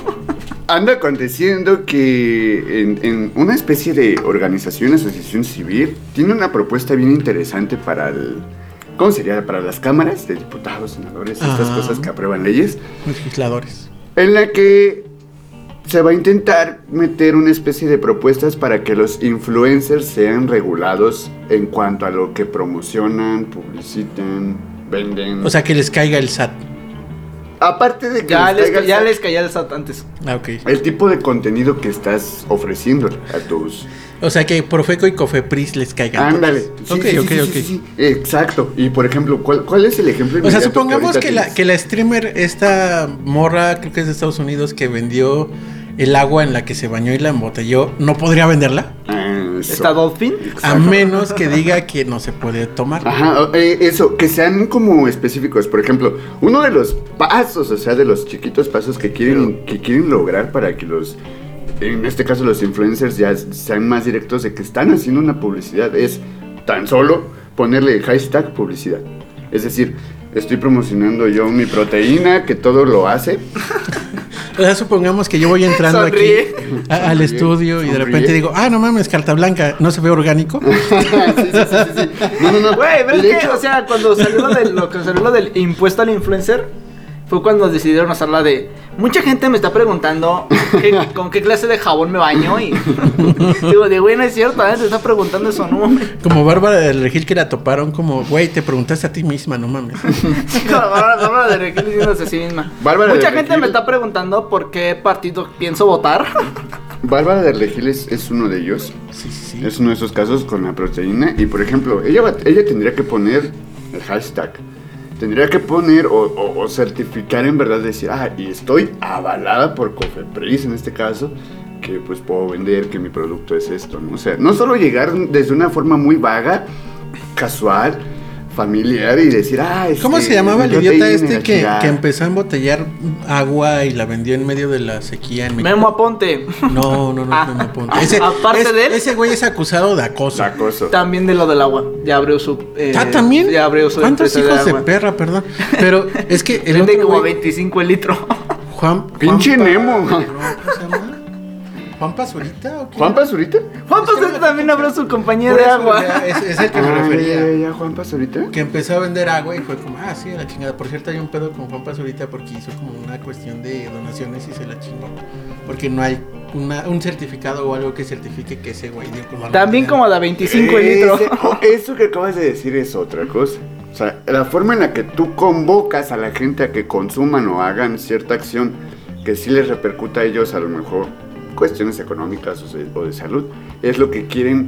anda aconteciendo que en, en una especie de organización, asociación civil, tiene una propuesta bien interesante para el... ¿Cómo sería? Para las cámaras de diputados, senadores, estas Ajá. cosas que aprueban leyes, Legisladores. en la que se va a intentar meter una especie de propuestas para que los influencers sean regulados en cuanto a lo que promocionan, publicitan, venden. O sea, que les caiga el S A T. aparte de que Ya les les, caiga ya el- les caía el S A T antes. Ah, ok. el tipo de contenido que estás ofreciendo a tus... O sea, que Profeco y Cofepris les caigan. Ándale. todos. Sí, Ok, sí, ok, sí, ok. sí, sí, sí. Exacto. Y por ejemplo, ¿cuál, cuál es el ejemplo O sea, inmediato supongamos ahorita que la, tienes? que la streamer, esta morra, creo que es de Estados Unidos, que vendió el agua en la que se bañó y la embotelló, ¿no podría venderla? Ah, eso. ¿Está Dolphin? A Exacto. menos que diga que no se puede tomar. Ajá, eh, eso, que sean como específicos. Por ejemplo, uno de los pasos, o sea, de los chiquitos pasos que quieren, que quieren lograr para que los, en este caso los influencers ya sean más directos de que están haciendo una publicidad, es tan solo ponerle hashtag publicidad. Es decir, estoy promocionando yo mi proteína, que todo lo hace. O sea, supongamos que yo voy entrando Sonríe. aquí a- al estudio y de Sonríe. repente digo, ah, no mames, carta blanca, ¿no se ve orgánico? sí, sí, sí, sí, sí. No, no, no. Güey, pero De es que, hecho- o sea, cuando salió lo del, lo que salió lo del impuesto al influencer, fue cuando decidieron hacerla de... Mucha gente me está preguntando qué- con qué clase de jabón me baño y... Digo, de güey, no es cierto, ¿eh? Te está preguntando eso, no mames. Como Bárbara del Regil que la toparon como, güey, te preguntaste a ti misma, no mames. Sí, como Bárbara Bárbara de Regil diciéndose a sí misma. Bárbara Mucha de gente Regil. me está preguntando por qué partido pienso votar. Bárbara de Regil es, es uno de ellos. Sí, sí, sí. Es uno de esos casos con la proteína. Y por ejemplo, ella, va- ella tendría que poner el hashtag. Tendría que poner o, o- o certificar en verdad, decir, ah, y estoy avalada por Cofepris en este caso, que pues puedo vender, que mi producto es esto, ¿no? O sea, no solo llegar desde una forma muy vaga, casual, familiar y decir, ah, este, ¿Cómo se llamaba el mi idiota proteína, este la que, chingada". que empezó a embotellar agua y la vendió en medio de la sequía en México? Memo Aponte. No, no, no, Ah, Memo Aponte. ah, Ese, aparte es- de él. ese güey es acusado de acoso. Acoso. También de lo del agua. Ya abrió su... eh, Ah, ¿también? Ya abrió su ¿Cuántos empresa hijos de, agua. perra, perdón? Pero es que el Vende otro como güey, veinticinco el litro. Pinche Juan... Juanpa- Nemo. no, ¿cómo se llama? ¿Juan Pazurita o qué? ¿Juan Pazurita? Juan Es que Pazurita me- también abrió su compañía Por de eso, agua. ya, Es, es el que me Ah, refería. ya, ya, ya, Juan Pazurita. Que empezó a vender agua y fue como, ah, sí, a la chingada. Por cierto, hay un pedo con Juan Pazurita porque hizo como una cuestión de donaciones y se la chingó. Porque no hay una, un certificado o algo que certifique que ese güey dio como... También como de veinticinco el litro. Ese- oh, eso que acabas de decir es otra cosa. O sea, la forma en la que tú convocas a la gente a que consuman o hagan cierta acción que sí les repercuta a ellos a lo mejor cuestiones económicas o de, o de salud, es lo que quieren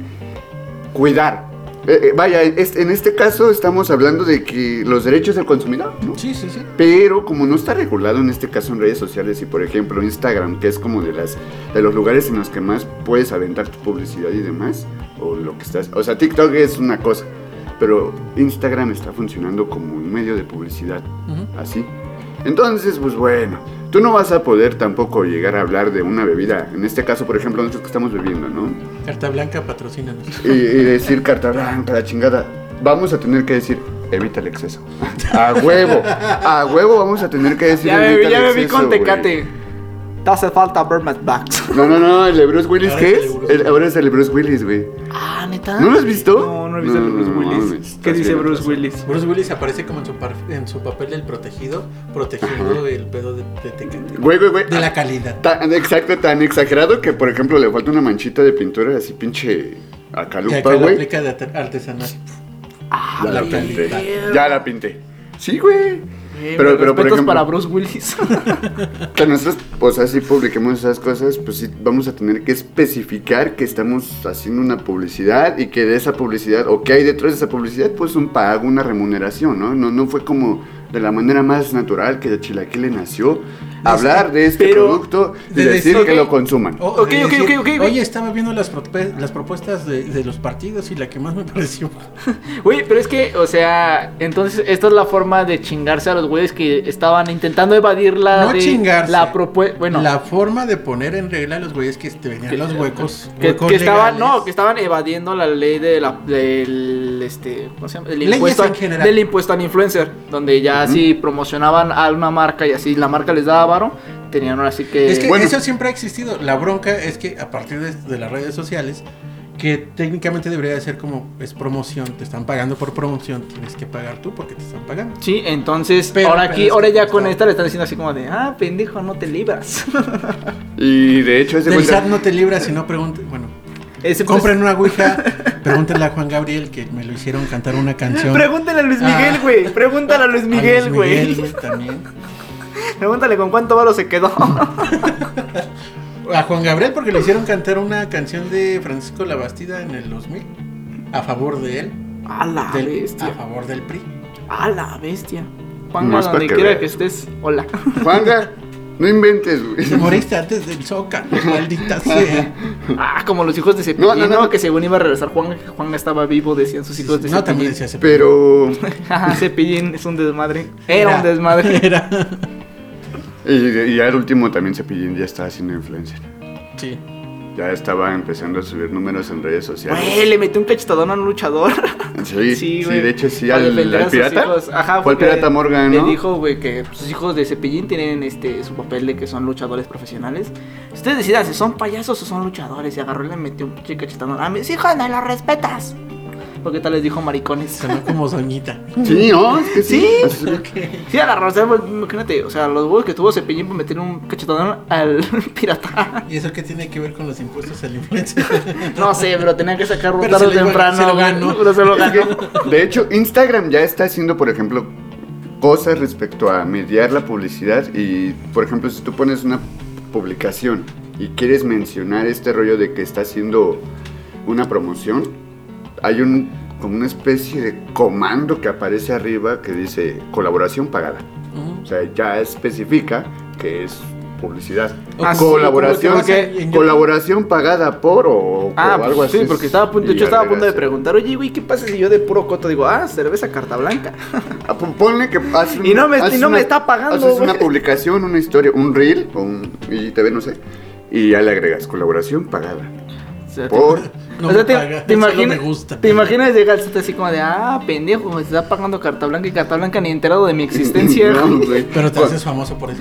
cuidar. Eh, eh, vaya, es- en este caso estamos hablando de que los derechos del consumidor, ¿no? Sí, sí, sí. Pero como no está regulado en este caso en redes sociales y por ejemplo Instagram, que es como de las de los lugares en los que más puedes aventar tu publicidad y demás, o lo que estás, o sea, TikTok es una cosa, pero Instagram está funcionando como un medio de publicidad, Ujú. así. Entonces, pues bueno, tú no vas a poder tampoco llegar a hablar de una bebida, en este caso, por ejemplo, nosotros que estamos bebiendo, ¿no? Carta Blanca, patrocínanos. Y, y decir carta blanca, la chingada. Vamos a tener que decir, evita el exceso. A huevo, a huevo vamos a tener que decir, Ya me, evita ya el me vi exceso, con güey. Tecate. Te hace falta Burmat Backs. No, no, no, el de Bruce Willis, Ahora ¿qué es el es? de Bruce El- ahora es el de Bruce Willis, güey. Ah, ¿neta? ¿No lo has visto? No, no he visto el de Bruce No, no, Willis. mames, ¿Qué estás dice bien Bruce atrasado. Willis? Bruce Willis aparece como en su, par- en su papel del protegido, protegiendo el pedo de, de Tecate. Güey, güey, güey. De la calidad. Tan, exacto, tan exagerado que, por ejemplo, le falta una manchita de pintura así pinche a Que calupa, acá lo güey. aplica de arte- artesanal. Ah, Ya la la pinté. calidad. Ya la pinté. Sí, güey. Eh, Pero, mis pero, por respetos ejemplo, para Bruce Willis. que nosotros, pues así publiquemos esas cosas, pues sí vamos a tener que especificar que estamos haciendo una publicidad y que de esa publicidad, o que hay detrás de esa publicidad, pues un pago, una remuneración, ¿no? No, no fue como de la manera más natural que de Chilaquile nació hablar de este pero- producto y de decir decir que que- lo consuman. O Ok, de ok, ok, ok, ok. Oye, estaba viendo las, prope- las propuestas de, de los partidos y la que más me pareció. Güey, pero es que, o sea, entonces esta es la forma de chingarse a los güeyes que estaban intentando evadir la No de chingarse. la propuesta, bueno, La forma de poner en regla a los güeyes que te venían los huecos. que, huecos que estaban, legales. no, que estaban evadiendo la ley de la del este, ¿cómo se llama? Del Leyes impuesto en general. del impuesto al influencer, donde ya si promocionaban a una marca y así la marca les daba varo, tenían ahora sí que Es que Bueno. eso siempre ha existido. La bronca es que a partir de, de las redes sociales, que técnicamente debería de ser como es promoción, te están pagando por promoción, tienes que pagar tú porque te están pagando. sí, entonces Pero- ahora pero aquí, es ahora que ya pues, con no. esta le están diciendo así como de, ah, pendejo, no te libras. Y de hecho, ese Del cuenta- S A T no te libras si no preguntes. Bueno, Ese, pues, compren una ouija, pregúntenle a Juan Gabriel que me lo hicieron cantar una canción. Pregúntale a Luis Miguel, Ah. güey. Pregúntale a Luis A Miguel, Luis güey. Miguel, también. Pregúntale con cuánto varo se quedó. A Juan Gabriel porque le hicieron cantar una canción de Francisco Labastida en el dos mil a favor de él. A la del- bestia. A favor del P R I. A la bestia. Juan, Más para donde que quiera veas. que estés. Hola. Juanga, no inventes, güey. Te moriste antes del Zócalo, maldita sea. Ah, como los hijos de Cepillín. No, No, no, no. que según iba a regresar Juan, Juan estaba vivo, decían sus hijos de No, también Cepillín. decía ese Pero. Ajá, Cepillín es un desmadre. Era un desmadre. Era. Y, y ya el último también Cepillín ya estaba haciendo influencer. Sí. Ya estaba empezando a subir números en redes sociales. Güey, le metió un cachetadón a un luchador. Sí, sí, Sí, güey. de hecho sí, Para al, defender a al sus pirata. hijos. Ajá, Fue el porque pirata Morgan, Le ¿no? dijo, güey, que sus hijos de Cepillín tienen este su papel de que son luchadores profesionales. Ustedes decidan si son payasos o son luchadores. Y agarró y le metió un pinche cachetadón. A mis hijos no los respetas. Porque tal les dijo maricones. Sonó como Soñita. Sí, ¿no? Es que sí. Sí. Así- Sí, agarró, o sea, pues, imagínate, o sea, los huevos que tuvo Cepillín por meter un cachetadón al pirata. ¿Y eso qué tiene que ver con los impuestos al influencer? No sé, pero tenía que sacarlo Pero tarde o se lo iba- temprano. se lo güey. ganó. Pero se lo Es que, ganó. de hecho, Instagram ya está haciendo, por ejemplo, cosas respecto a mediar la publicidad. Y, por ejemplo, si tú pones una publicación y quieres mencionar este rollo de que está haciendo una promoción, hay un como una especie de comando que aparece arriba que dice colaboración pagada. Ujú. O sea, ya especifica que es publicidad. Ah, sí, colaboración, como que vas en- en colaboración pagada por o, Ah, o algo pues, así. sí, porque estaba a punto, de Y hecho estaba a punto de agregas, preguntar, oye, güey, ¿qué pasa si yo de puro coto digo, ah, cerveza carta blanca? Ah, pon- Ponle que haces Y no me- haces y no me está pagando, Haces una güey. publicación, una historia, un reel o un I G T V, no sé. Y ya le agregas colaboración pagada. O sea, Por. No o sea, me te, paga, te solo imaginas, me gusta. te imaginas llegar así como de, ah, pendejo, me está pagando carta blanca y carta blanca ni enterado de mi existencia. No, güey. Pero te haces famoso por eso.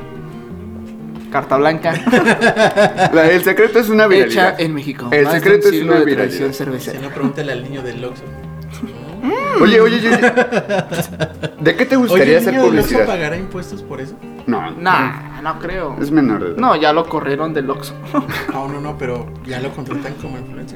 Carta blanca, La- el secreto es una hecha viralidad. en México. El Más de secreto un es siglo una de viralidad. tradición Si cervecera. no, pregúntale al niño del Oxxo. Oye, oye, oye. ¿De qué te Oye, gustaría ¿el hacer niño del Oxxo publicidad? pagará impuestos por eso? No, Nah, no creo. es menor de edad. No, ya lo corrieron del Oxxo. No, no, no, pero ya lo contratan como influencer.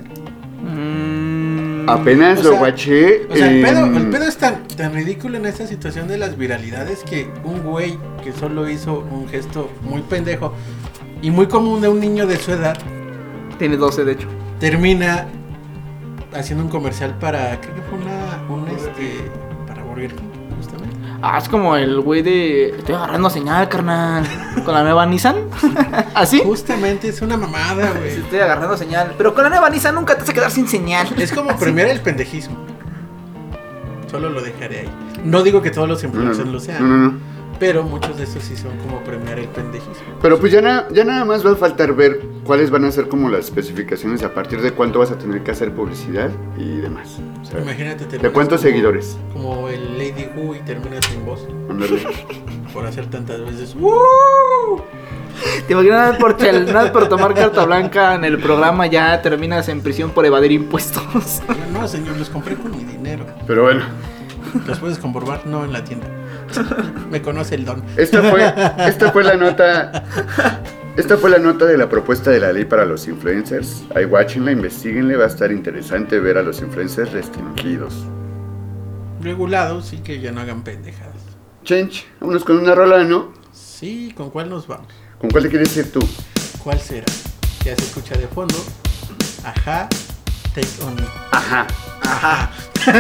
Mm, Apenas O lo sea, guaché. O sea, el pedo, en- el pedo es tan, tan ridículo en esta situación de las viralidades que un güey que solo hizo un gesto muy pendejo y muy común de un niño de su edad Tiene doce, de hecho. termina haciendo un comercial para, creo que fue una, un este, para Burger King, justamente. Ah, es como el güey de. Estoy agarrando señal, carnal. Con la nueva Nissan. ¿Así? Justamente es una mamada, Sí, güey. estoy agarrando señal. Pero con la nueva Nissan nunca te vas a quedar sin señal. Es como premiar el pendejismo. Solo lo dejaré ahí. No digo que todos los No, no, influencers no. lo No, sean, no, no. Pero muchos de estos sí son como premiar el pendejismo. Pero pues ya, na- ya nada más va a faltar ver cuáles van a ser como las especificaciones a partir de cuánto vas a tener que hacer publicidad y demás. O sea, Imagínate, ¿de terminas cuántos como- seguidores? Como el Lady Wu y terminas sin voz. Ándale. Por hacer tantas veces. ¡Woo! Te imaginas nada por, chel- nada por tomar carta blanca en el programa, ya terminas en prisión por evadir impuestos. No, señor, los compré con mi dinero. Pero bueno, Los puedes comprobar, no en la tienda. Me conoce el don. esta fue, esta fue la nota. Esta fue la nota de la propuesta de la ley para los influencers. Ahí watchenla, investiguenle, va a estar interesante ver a los influencers restringidos. Regulados y que ya no hagan pendejadas. Chench, vámonos con una rola, ¿no? Sí, ¿con cuál nos vamos? ¿Con cuál te quieres ir tú? ¿Cuál será? Ya se escucha de fondo. Ajá, Take On Me. Ajá. Ajá.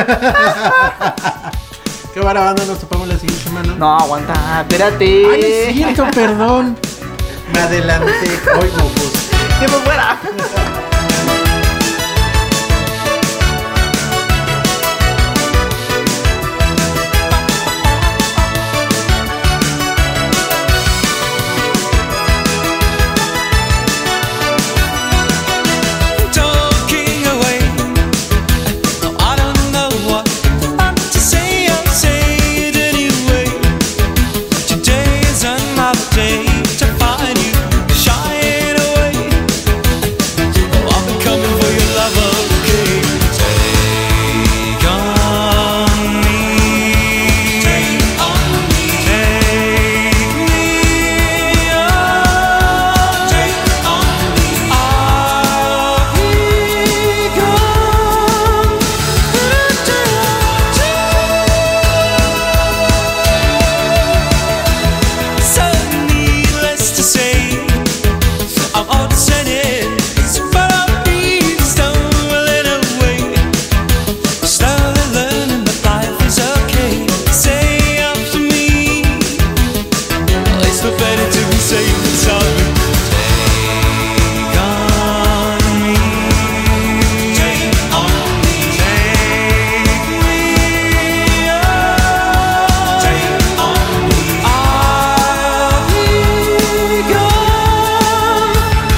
¿Qué vara banda nos topamos la siguiente semana? No, aguanta, espérate. Ay, es cierto, perdón. Me adelanté. Hoy no pues. ¡Tiempo fuera! Talking away. No, I don't know what to say. I'll say it anyway. Today is another day to find you shying away. Oh, I'll be coming for your love, okay? Take on me. Take on me. Take me on. Take on me. I'll be gone. So needless to say, I'm all sentence, but I'll be stumbling away. Slowly learning that life is okay. Say after me, it's no better to be safe than sorry. Take on me. Take on me. Take me on. Take on me. I'll be gone.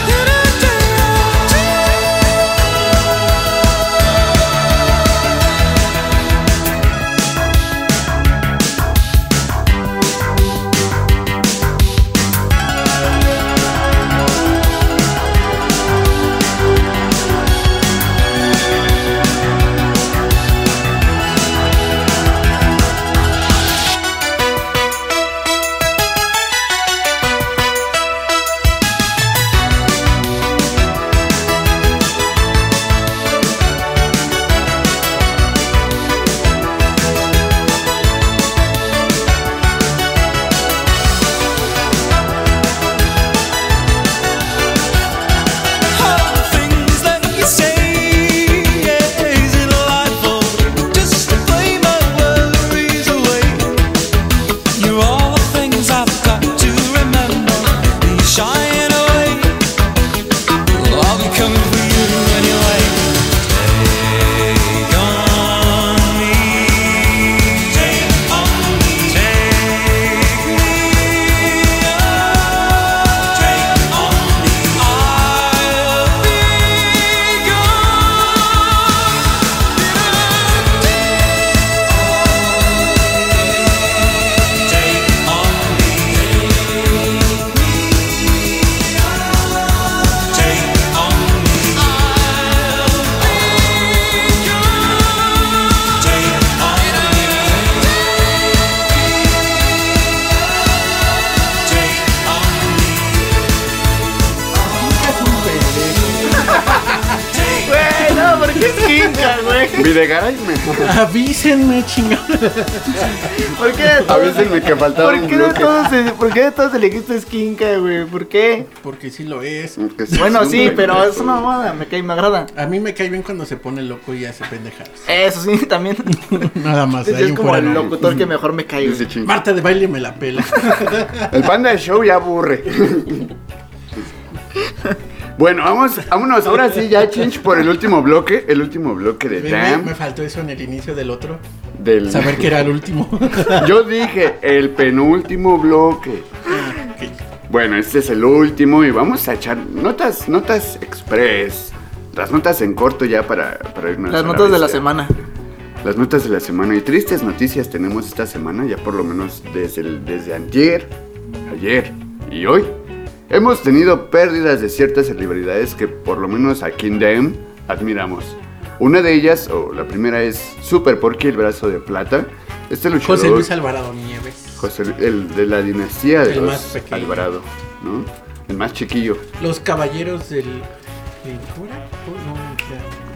All the things that you say, is it delightful just to play my worries away? You're all the things I've got to remember. Be shying away. I'll be coming for you anyway. Take on me. Take on me. Take me on. Take on me. I'll be gone. Take on me. Take on me. I'll be gone. Take on me. Take on me. Güey, no, ¿por qué esquinca, güey? Videgaray, me. Avísenme, chingada. ¿Por qué de todos- Avísenme que faltaba ¿Por un qué de bloque. todos, se- ¿Por qué de todos elegiste esquinca, güey? ¿Por qué? Porque sí lo es. Que sí, Bueno, un sí, buen pero precio. es una moda, me cae, me agrada. A mí me cae bien cuando se pone loco y hace pendejadas. Eso sí, también. Nada más. de ahí Es en como fuera el no. locutor que mejor me cae. Dice güey. ching. Marta de baile me la pela. El panda de show ya aburre. Bueno, vamos, vámonos ahora sí ya, Chinch, por el último bloque, el último bloque de Me, Damn. me faltó eso en el inicio del otro. Del... Saber que era el último. Yo dije, el penúltimo bloque. Bueno, este es el último y vamos a echar notas, notas express. Las notas en corto ya para, para irnos Las a notas de la bestia. semana. Las notas de la semana y tristes noticias tenemos esta semana, ya por lo menos desde, el, desde ayer, ayer y hoy. Hemos tenido pérdidas de ciertas celebridades que por lo menos aquí en D M admiramos. Una de ellas, o la primera, es Super Porky, el brazo de plata. Este luchador... José Luis Alvarado Nieves. José, el de la dinastía de El los más pequeño. Alvarado, ¿no? El más chiquillo. Los caballeros del... del- ¿Cómo era? Oh, no,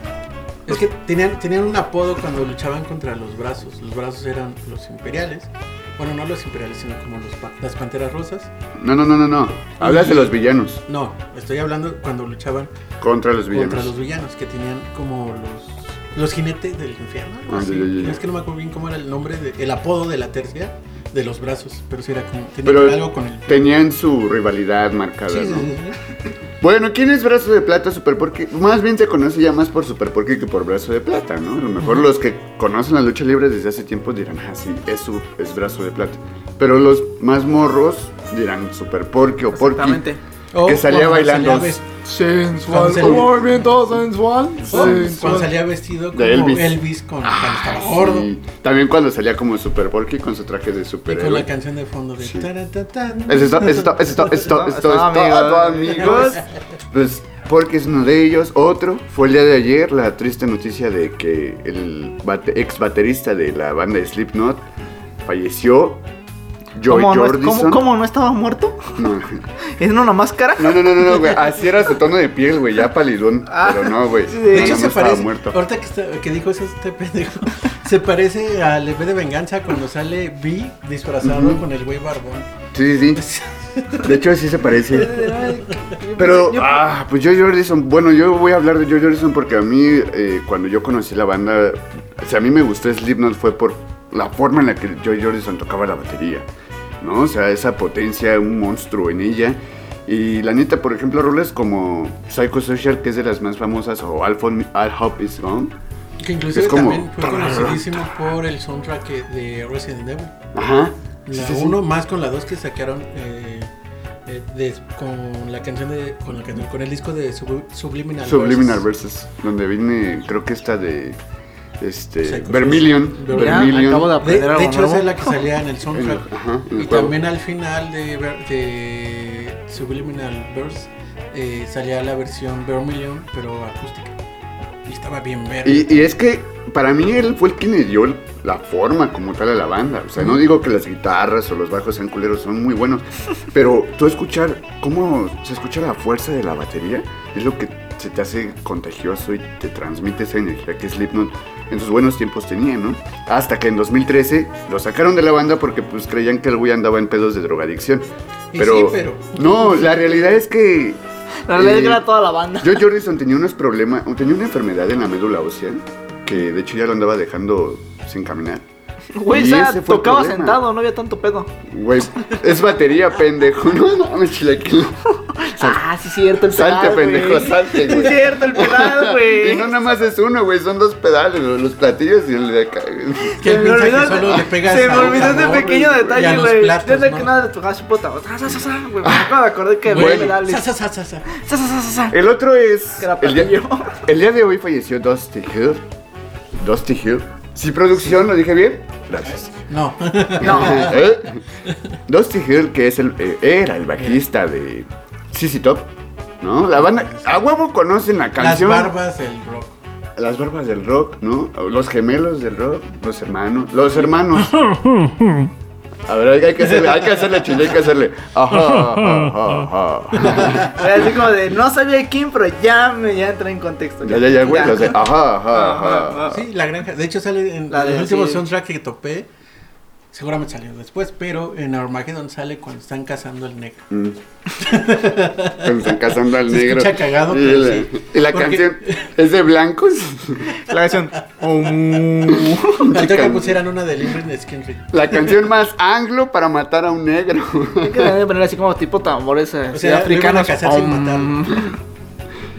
ya. Es que tenían, tenían un apodo cuando luchaban contra los brazos. Los brazos eran los imperiales. Bueno, no los imperiales, sino como los pa- las panteras rosas. No, no, no, no, no. Hablas de los villanos. No, estoy hablando cuando luchaban Contra los villanos. contra los villanos, que tenían como los los jinetes del infierno. algo Ah, así. ya, ya, ya. Es que no me acuerdo bien cómo era el nombre, de, el apodo de la tercia de los brazos, pero sí era como, tenía Pero algo con el... tenían su rivalidad marcada, Sí, sí, ¿no? sí, sí. Bueno, ¿quién es Brazo de Plata, Super Porky? Más bien se conoce ya más por Super Porky que por Brazo de Plata, ¿no? A lo mejor los que conocen la lucha libre desde hace tiempo dirán, ah, sí, es, su, es Brazo de Plata. Pero los más morros dirán Super Porky o Porky, Exactamente. O que salía cuando bailando. salía vest- Sensual. Cuando se- Un movimiento sensual. o cuando Sensual. salía vestido como De Elvis, Elvis. con, cuando estaba Ah, gordo. sí. También cuando salía como Super Porky con su traje de Y con la superhéroe. canción de fondo de... Sí. taratatán. Eso es todo, eso es todo, eso es todo, eso es todo, eso es todo, eso es todo, amigos. Pues Porky es uno de ellos. Otro fue el día de ayer la triste noticia de que el bate- ex baterista de la banda de Slipknot falleció. Joy ¿Cómo no, es- Jordison. cómo- cómo no estaba muerto? No. ¿Es una máscara? No, no, no, no, no, güey. Así era su tono de piel, güey. Ya palidón. Pero no, güey. sí, No, De no, hecho, no se estaba parece. muerto. Ahorita que, está- que dijo eso, este pendejo. Se parece al E V de Venganza cuando sale V disfrazado con el güey barbón. Sí, sí, sí. De hecho, sí se parece. Pero, ah, pues Joy Jordison. Bueno, yo voy a hablar de Joy Jordison porque a mí, eh, cuando yo conocí la banda, o sea, a mí me gustó Slipknot fue por la forma en la que Joy Jordison tocaba la batería, ¿no? O sea, esa potencia, un monstruo en ella. Y la neta, por ejemplo, roles como Psychosocial, que es de las más famosas, o All, For Me- All Hope Is Gone. Que inclusive Es como- también fue conocidísimo por el soundtrack que- de Resident Evil. Ajá. La Sí, sí, sí. uno más con la dos que sacaron eh, eh, de- con la canción de con la canción, con el disco de Sub- Subliminal Subliminal Verses. Versus, donde viene, creo que esta de este Psycho Vermilion, Social. Ya, Vermilion. acabo de De, aprender de algo hecho, nuevo. esa es la que salía en el soundtrack. En el- ajá, en el Y juego. también al final de, Ver- de Subliminal Verse eh, salía la versión Vermilion, pero acústica. Y estaba bien verde. Y, y es que para mí él fue el que le dio la forma como tal a la banda. O sea, no digo que las guitarras o los bajos sean culeros, son muy buenos. Pero tú escuchar cómo se escucha la fuerza de la batería es lo que se te hace contagioso y te transmite esa energía que Slipknot en sus buenos tiempos tenía, ¿no? Hasta que en dos mil trece lo sacaron de la banda porque pues creían que el güey andaba en pedos de drogadicción. Y Pero, sí, pero- no, la realidad es que La realidad es que eh, era toda la banda. Joy Jordison tenía unos problemas, tenía una enfermedad en la médula ósea que de hecho ya lo andaba dejando sin caminar. Güey, y o sea, ese fue el tocaba problema. sentado, no había tanto pedo. Güey, es batería, pendejo. No, no, me chilequil. Ah, sí es cierto, el pedal, Salte, pendejo, güey. salte, Sí güey. es cierto, el pedal, güey. Y no nada más es uno, güey, son dos pedales, los los platillos y el de acá. Que el Se me mensaje olvidó, solo le pegas se me a un olvidó ese jabón, pequeño güey, y a detalle, los güey. platos, Desde ¿no? que nada le tocaba su puta. Sa, sa, sa, sa, güey. Me acabo de acordar que Güey, había pedales. sa, sa, sa, sa, sa. Sa, sa, sa, sa, sa. El otro es. Que era El día, platillo. el día de hoy falleció Dusty Hill. Dusty Hill. Sí, producción, ¿lo dije bien? Gracias. No. No. ¿Eh? Dusty Hill, que es el, eh, era el bajista de C C Top, ¿no? La banda, a huevo conocen la Las canción. barbas del rock. Las barbas del rock, ¿no? Los gemelos del rock, los hermanos. Los hermanos. A ver, hay que hacerle, hay que hacerle chile, hay que hacerle. Ajá, ajá, ajá. Güey, así como de, no sabía quién, pero ya me ya entré en contexto. Ya, ya, ya, güey. Los de, ajá, ajá, ajá. Sí, la granja. De hecho, sale en La de- el último sí. soundtrack que topé. Seguramente salió después, pero en Armageddon sale cuando están cazando al negro. Mm. Cuando están cazando al Se negro. escucha cagado, y pero la, sí. y la Porque- canción es de blancos. La canción. Faltó que pusieran una de Limber Skinry. La canción más anglo para matar a un negro. Hay que poner así como tipo tambores eh, O sea, africanos. lo iban a cazar sin Om. matarlo.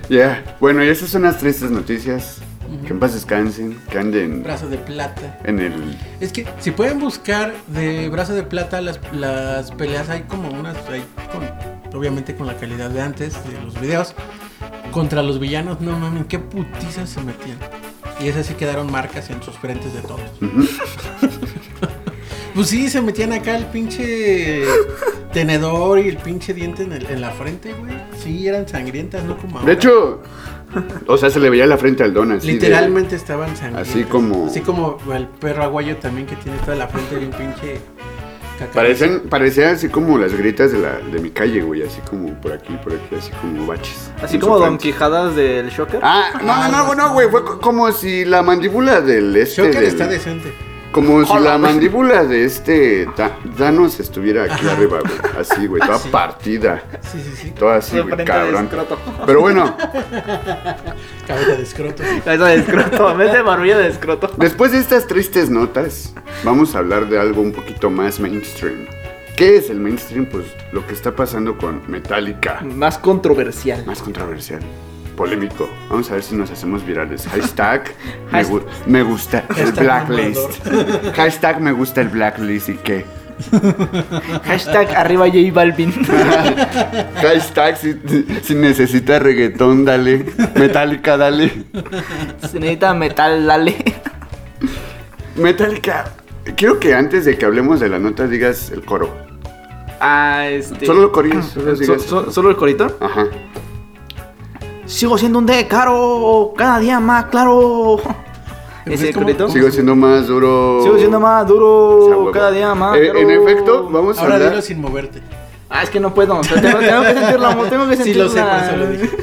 Ya, bueno, y esas son las tristes noticias. Que en paz descansen, que anden Brazo de plata. en el... Es que si pueden buscar de Brazo de Plata las, las peleas, hay como unas, hay con, obviamente con la calidad de antes de los videos, contra los villanos, no mames, qué putizas se metían. Y esas sí quedaron marcas en sus frentes de todos. Uh-huh. Pues sí, se metían acá el pinche tenedor y el pinche diente en, el, en la frente, güey. Sí, eran sangrientas, no como ahora. De hecho, o sea, se le veía la frente al don así. Literalmente de, estaban sangrientas. Así como... Así como el perro aguayo también, que tiene toda la frente bien pinche caca. Parecen, parecía así como las gritas de, la, de mi calle, güey. Así como por aquí, por aquí, así como baches. Así en como su Don frente. Quijadas del Shocker. Ah, no, no, no, no, güey. Fue co- como si la mandíbula del este... Shocker del- está decente. Como si Hola, la güey. mandíbula de este Da- Thanos estuviera aquí Ajá. arriba, güey. Así, güey, toda Sí. partida. Sí, sí, sí. Toda así, De güey, frente de cabrón. escroto. Pero bueno, Cabeza de escroto. Cabeza de escroto, mete barbilla de escroto. después de estas tristes notas, vamos a hablar de algo un poquito más mainstream. ¿Qué es el mainstream? Pues lo que está pasando con Metallica. Más controversial. Más controversial. Polémico. Vamos a ver si nos hacemos virales. Hashtag me, Hasht- gu- me gusta el Hashtag blacklist. Hashtag me gusta el blacklist y qué. Hashtag arriba J Balvin. Hashtag si, si necesita reggaetón, dale. Metallica, dale. Se necesita metal, dale. Metallica. Quiero que antes de que hablemos de la nota digas el coro. Ah, este. Solo el corito. Solo So- digas- so- ¿Solo el corito? Ajá. Sigo siendo un de caro, cada día más claro. ¿Ese ¿Cómo- corito? Sigo siendo más duro. Sigo siendo más Esa duro, huevo. cada día más Eh, claro. en efecto, vamos a Ahora hablar. dilo sin moverte. Ah, es que no puedo. O sea, tengo, tengo que sentir la mo- tengo que Sí, sentir lo sé, la- por eso lo dije.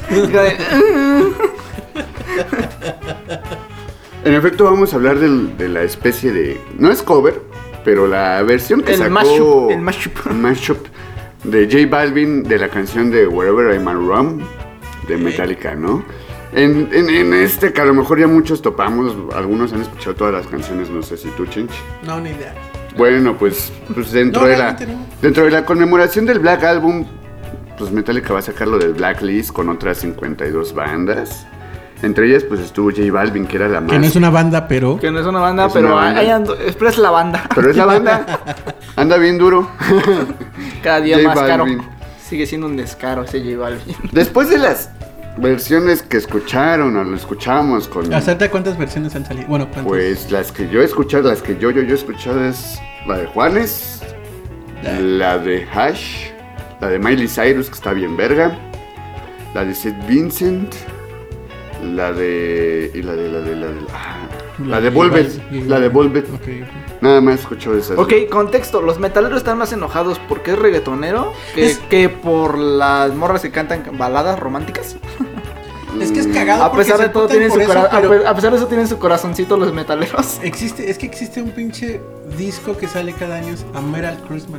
En efecto, vamos a hablar del- de la especie de. No es cover, pero la versión que El sacó. mashup, el mashup. el mashup de J Balvin de la canción de Wherever I Might Roam de Metallica, ¿no? En, en, en este que a lo mejor ya muchos topamos, algunos han escuchado todas las canciones, no sé si tú, Chinch. No, ni idea. Bueno, pues, pues dentro, No, de la, realmente no. dentro de la conmemoración del Black Album, pues Metallica va a sacarlo del Blacklist con otras cincuenta y dos bandas. Entre ellas, pues estuvo J Balvin, que era la más. Que no es una banda, pero. Que no es una banda, Es pero una banda. ahí ando. Pero es la banda. Pero es la banda. Anda bien duro. Cada día J más Balvin. caro. Sigue siendo un descaro ese J Balvin. Después de las versiones que escucharon o lo escuchamos con. ¿Acerta cuántas versiones han salido? Bueno, ¿cuántas? Pues las que yo he escuchado, las que yo, yo, yo he escuchado es la de Juanes, la de Hash, la de Miley Cyrus, que está bien verga, la de Sid Vincent, la de. y la de. la de. la de. ah, la de Volvet, la de Volvet. Ok, ok. Nada más escucho esas. Ok, contexto. Los metaleros están más enojados porque es reggaetonero que, Es- que por las morras que cantan baladas románticas. Es que es cagado. A porque pesar se de todo, emputan tienen por su eso, cora- a pero pe- a pesar de eso, tienen su corazoncito los metaleros. existe, es que existe un pinche disco que sale cada año, es A Metal Christmas.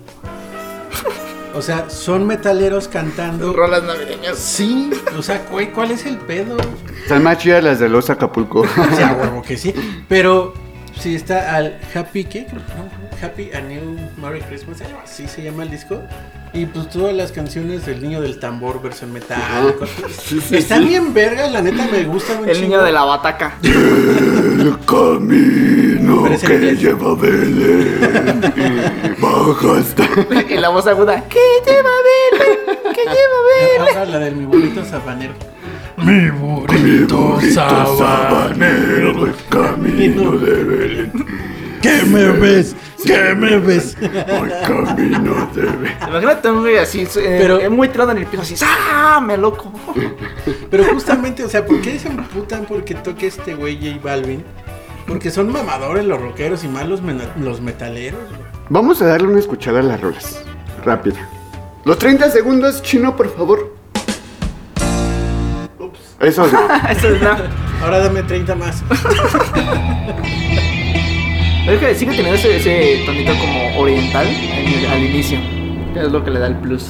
O sea, son metaleros cantando. Rolas navideñas. Sí, o sea, güey, ¿cuál es el pedo? Están más chidas las de los Acapulco. O sea, huevo que sí. Pero si está al Happy, ¿qué? No, Happy a New Merry Christmas, algo así se llama el disco. Y pues todas las canciones del niño del tambor, versión metal. Sí, sí, Están sí. bien vergas, la neta me gusta un El chingo. niño de la bataca. El camino Pero es en que inglés. lleva a Belén. Baja hasta. Y la voz aguda. ¿Qué lleva Belén? ¿Qué lleva Belén? Ahora la del mi burrito sabanero. Mi burrito sabanero, el camino de Belén. ¿Qué me ves? ¿Qué me ves? El camino de Belén. Imagínate un güey así, eh, Pero- eh, muy tirado en el piso, así, ¡ah! Me loco. Pero justamente, o sea, ¿por qué se emputan porque toque este güey J Balvin? Porque son mamadores los rockeros y más los, mena- los metaleros, güey. Vamos a darle una escuchada a las rolas. Rápida. Los treinta segundos, Chino, por favor. Eso no. Eso es nada. Ahora dame treinta más. Es que sigue teniendo ese, ese tonito como oriental en el- al inicio. Que es lo que le da el plus.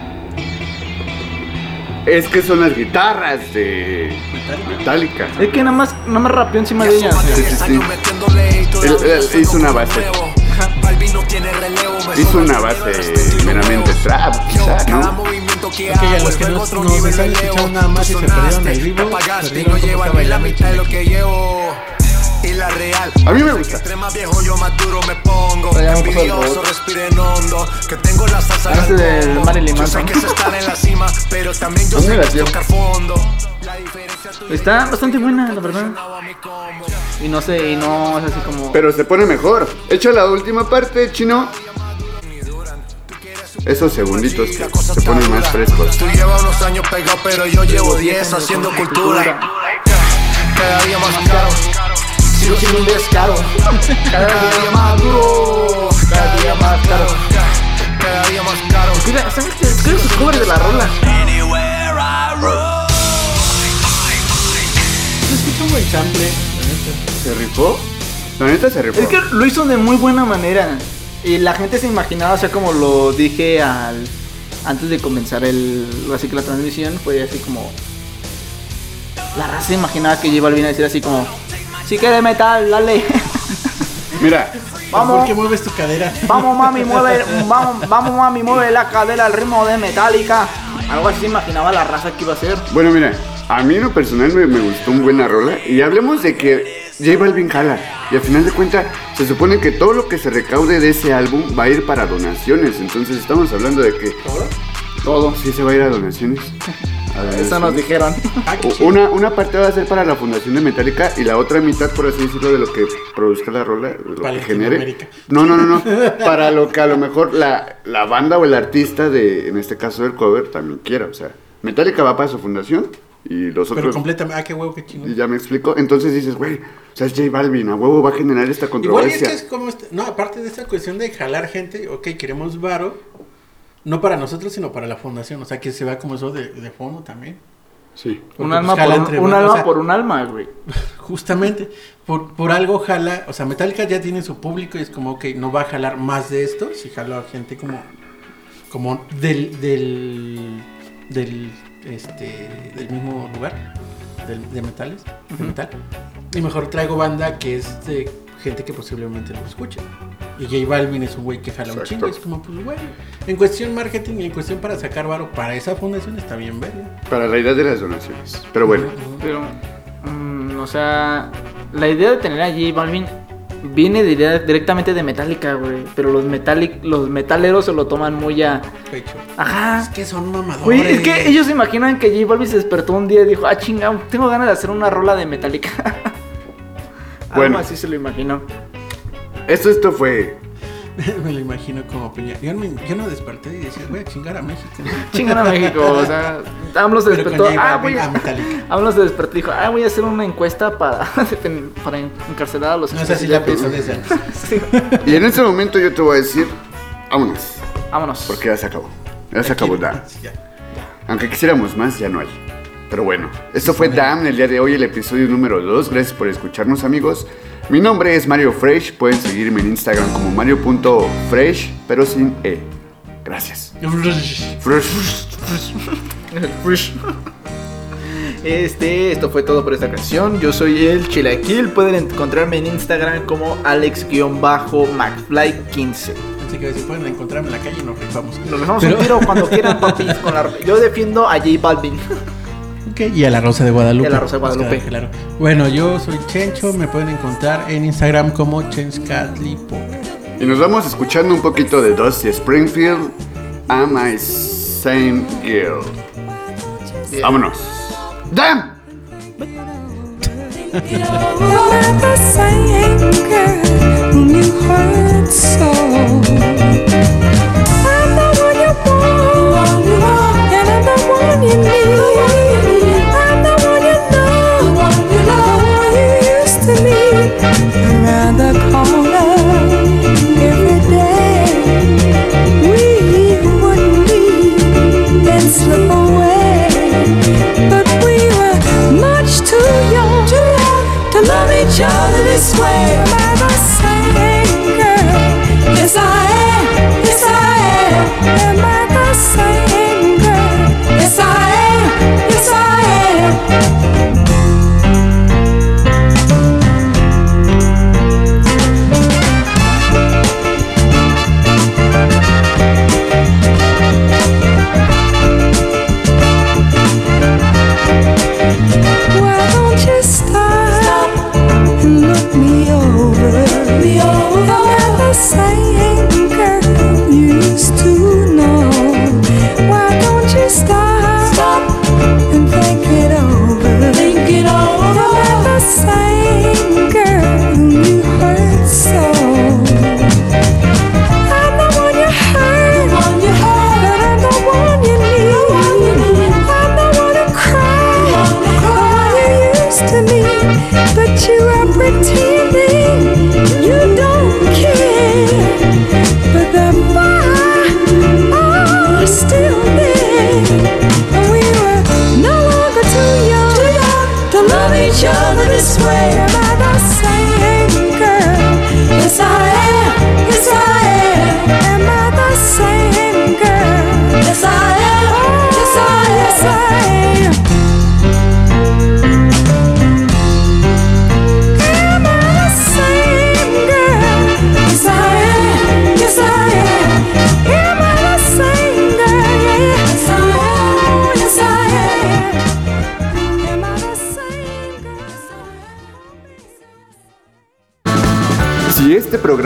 Es que son las guitarras de Metallica. Es que nada más, nada más rapeó encima de ella. Sí, sí, sí. Él, él hizo una base. tiene relevo. Hizo una base meramente trap, quizá, ¿no? Que Ok, a los que no- nos están escuchando nada más y se perdieron el vivo, perdieron cómo está bailando mitad de lo que llevo. Y la real. A mí me gusta. Entre más viejo yo más duro me pongo. Pero ya me puso el Envidioso, robot. respiren hondo. Que tengo la salsa Este al del combo. Marilyn Yo sé Manson. que es estar en la cima, pero también yo A mí sé me que es latió. tocar fondo. La diferencia tuya Está bastante buena, la verdad. Y no sé, y no es así como. Pero se pone mejor. Echa la última parte, chino. Esos segunditos que se ponen más frescos. Tú llevas unos años pegado, pero yo llevo diez haciendo cultura. Cada día más caro. Sigo siendo un descaro. Cada día más duro. Cada día más caro. Cada día más caro. Mira, ¿sabes qué? ¿Qué es sus covers de la rola? Se escucha un buen sample, la neta. ¿Se rifó? La neta se rifó. Es que lo hizo de muy buena manera. Y la gente se imaginaba, o sea, como lo dije al antes de comenzar el así que la transmisión, fue así como la raza se imaginaba que J Balvin a decir así como si quiere metal, dale. Mira, Vamos. ¿Por qué mueves tu cadera? Vamos mami, mueve, vamos, vamos mami, mueve la cadera al ritmo de Metallica. Algo así se imaginaba la raza que iba a hacer. bueno, mira, a mí en lo personal me, me gustó un buena rola. Y hablemos de que J Balvin jala. Y al final de cuentas, se supone que todo lo que se recaude de ese álbum va a ir para donaciones. Entonces estamos hablando de que todo sí se va a ir a donaciones. A donaciones. Eso nos dijeron. Ah, qué U- chido. Una, una parte va a ser para la fundación de Metallica y la otra mitad, por así decirlo, de lo que produzca la rola, de lo Para que genere. Latinoamérica. No, no, no, no. Para lo que a lo mejor la, la banda o el artista de, en este caso del cover, también quiera. O sea, Metallica va para su fundación y los Pero otros. completamente. Ah, qué huevo, qué Y chingón. ya me explico. Entonces dices, güey, o sea, es J Balvin, a huevo va a generar esta Igual y es controversia. que es como este, no, aparte de esta cuestión de jalar gente, ok, queremos varo, no para nosotros, sino para la fundación, o sea, que se vea como eso de, de fondo también. Sí. Porque, Un pues, alma, jala por entre un, un manos, alma o sea, por un alma, güey. Justamente, por, por algo jala, o sea, Metallica ya tiene su público y es como, ok, no va a jalar más de esto, si jalo a gente como, como del, del, del, este, del mismo lugar, del, de metales, de metal, y mejor traigo banda que es de gente que posiblemente lo escuche. Y J Balvin es un güey que jala un Exacto. chingo, es como, pues, güey, en cuestión marketing y en cuestión para sacar varo para esa fundación está bien verlo. Para la idea de las donaciones. Pero bueno, Pero, mm, o sea, la idea de tener a J Balvin viene de idea directamente de Metallica, güey. Pero los, metalic, los metaleros se lo toman muy a. Pecho. Ajá. Es que son mamadores. Güey, es que ellos se imaginan que J Balvin se despertó un día y dijo, ah, chinga, tengo ganas de hacer una rola de Metallica. Bueno. Algo así se lo imaginó. esto, esto fue. Me lo imagino como piña. Yo, me- yo no desperté y decía, voy a chingar a México. Chingan a México, o sea, AMLO se Pero con despertó. J Ah, Balvin voy a a. Metallica. AMLO se despertó y dijo, ah, voy a hacer una encuesta para, para encarcelar a los No sé si la pensó expresidentes". desde antes. Y en este momento yo te voy a decir, vámonos. Vámonos. Porque ya se acabó. Ya se acabó Damn. Ya. Aunque quisiéramos más, ya no hay. Pero bueno, esto fue Damn el día de hoy, el episodio número dos. Gracias por escucharnos, amigos. Mi nombre es Mario Fresh. Pueden seguirme en Instagram como mario punto fresh, pero sin E. Gracias. Fresh. Este, esto fue todo por esta ocasión. Yo soy el Chilaquil. Pueden encontrarme en Instagram como Alex-McFly quince. Así que si pueden encontrarme en la calle nos rifamos. Nos dejamos Pero- un tiro cuando quieran, papis. Con la... Yo defiendo a J Balvin. Ok, y a la Rosa de Guadalupe. Y a la Rosa de Pues Guadalupe. queda claro. Bueno, yo soy Chencho. Me pueden encontrar en Instagram como Chenchcatlipo. Y nos vamos escuchando un poquito de Dusty Springfield. Am I Same Girl. Vámonos. Damn. You're not the same girl whom you hurt so. I'm the one you want, and I'm the one you need. I'm the one you know, the one you used to meet around the corner every day. We would meet and slip away, but we were much too young to love each other this way. Am I the same girl? Yes, I am. Yes, I am. Am I the same girl? Yes, I am. Yes, I am.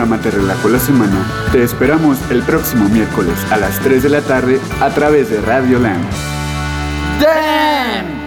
programa te relajó la semana, te esperamos el próximo miércoles a las tres de la tarde a través de Radio Land. ¡Damn!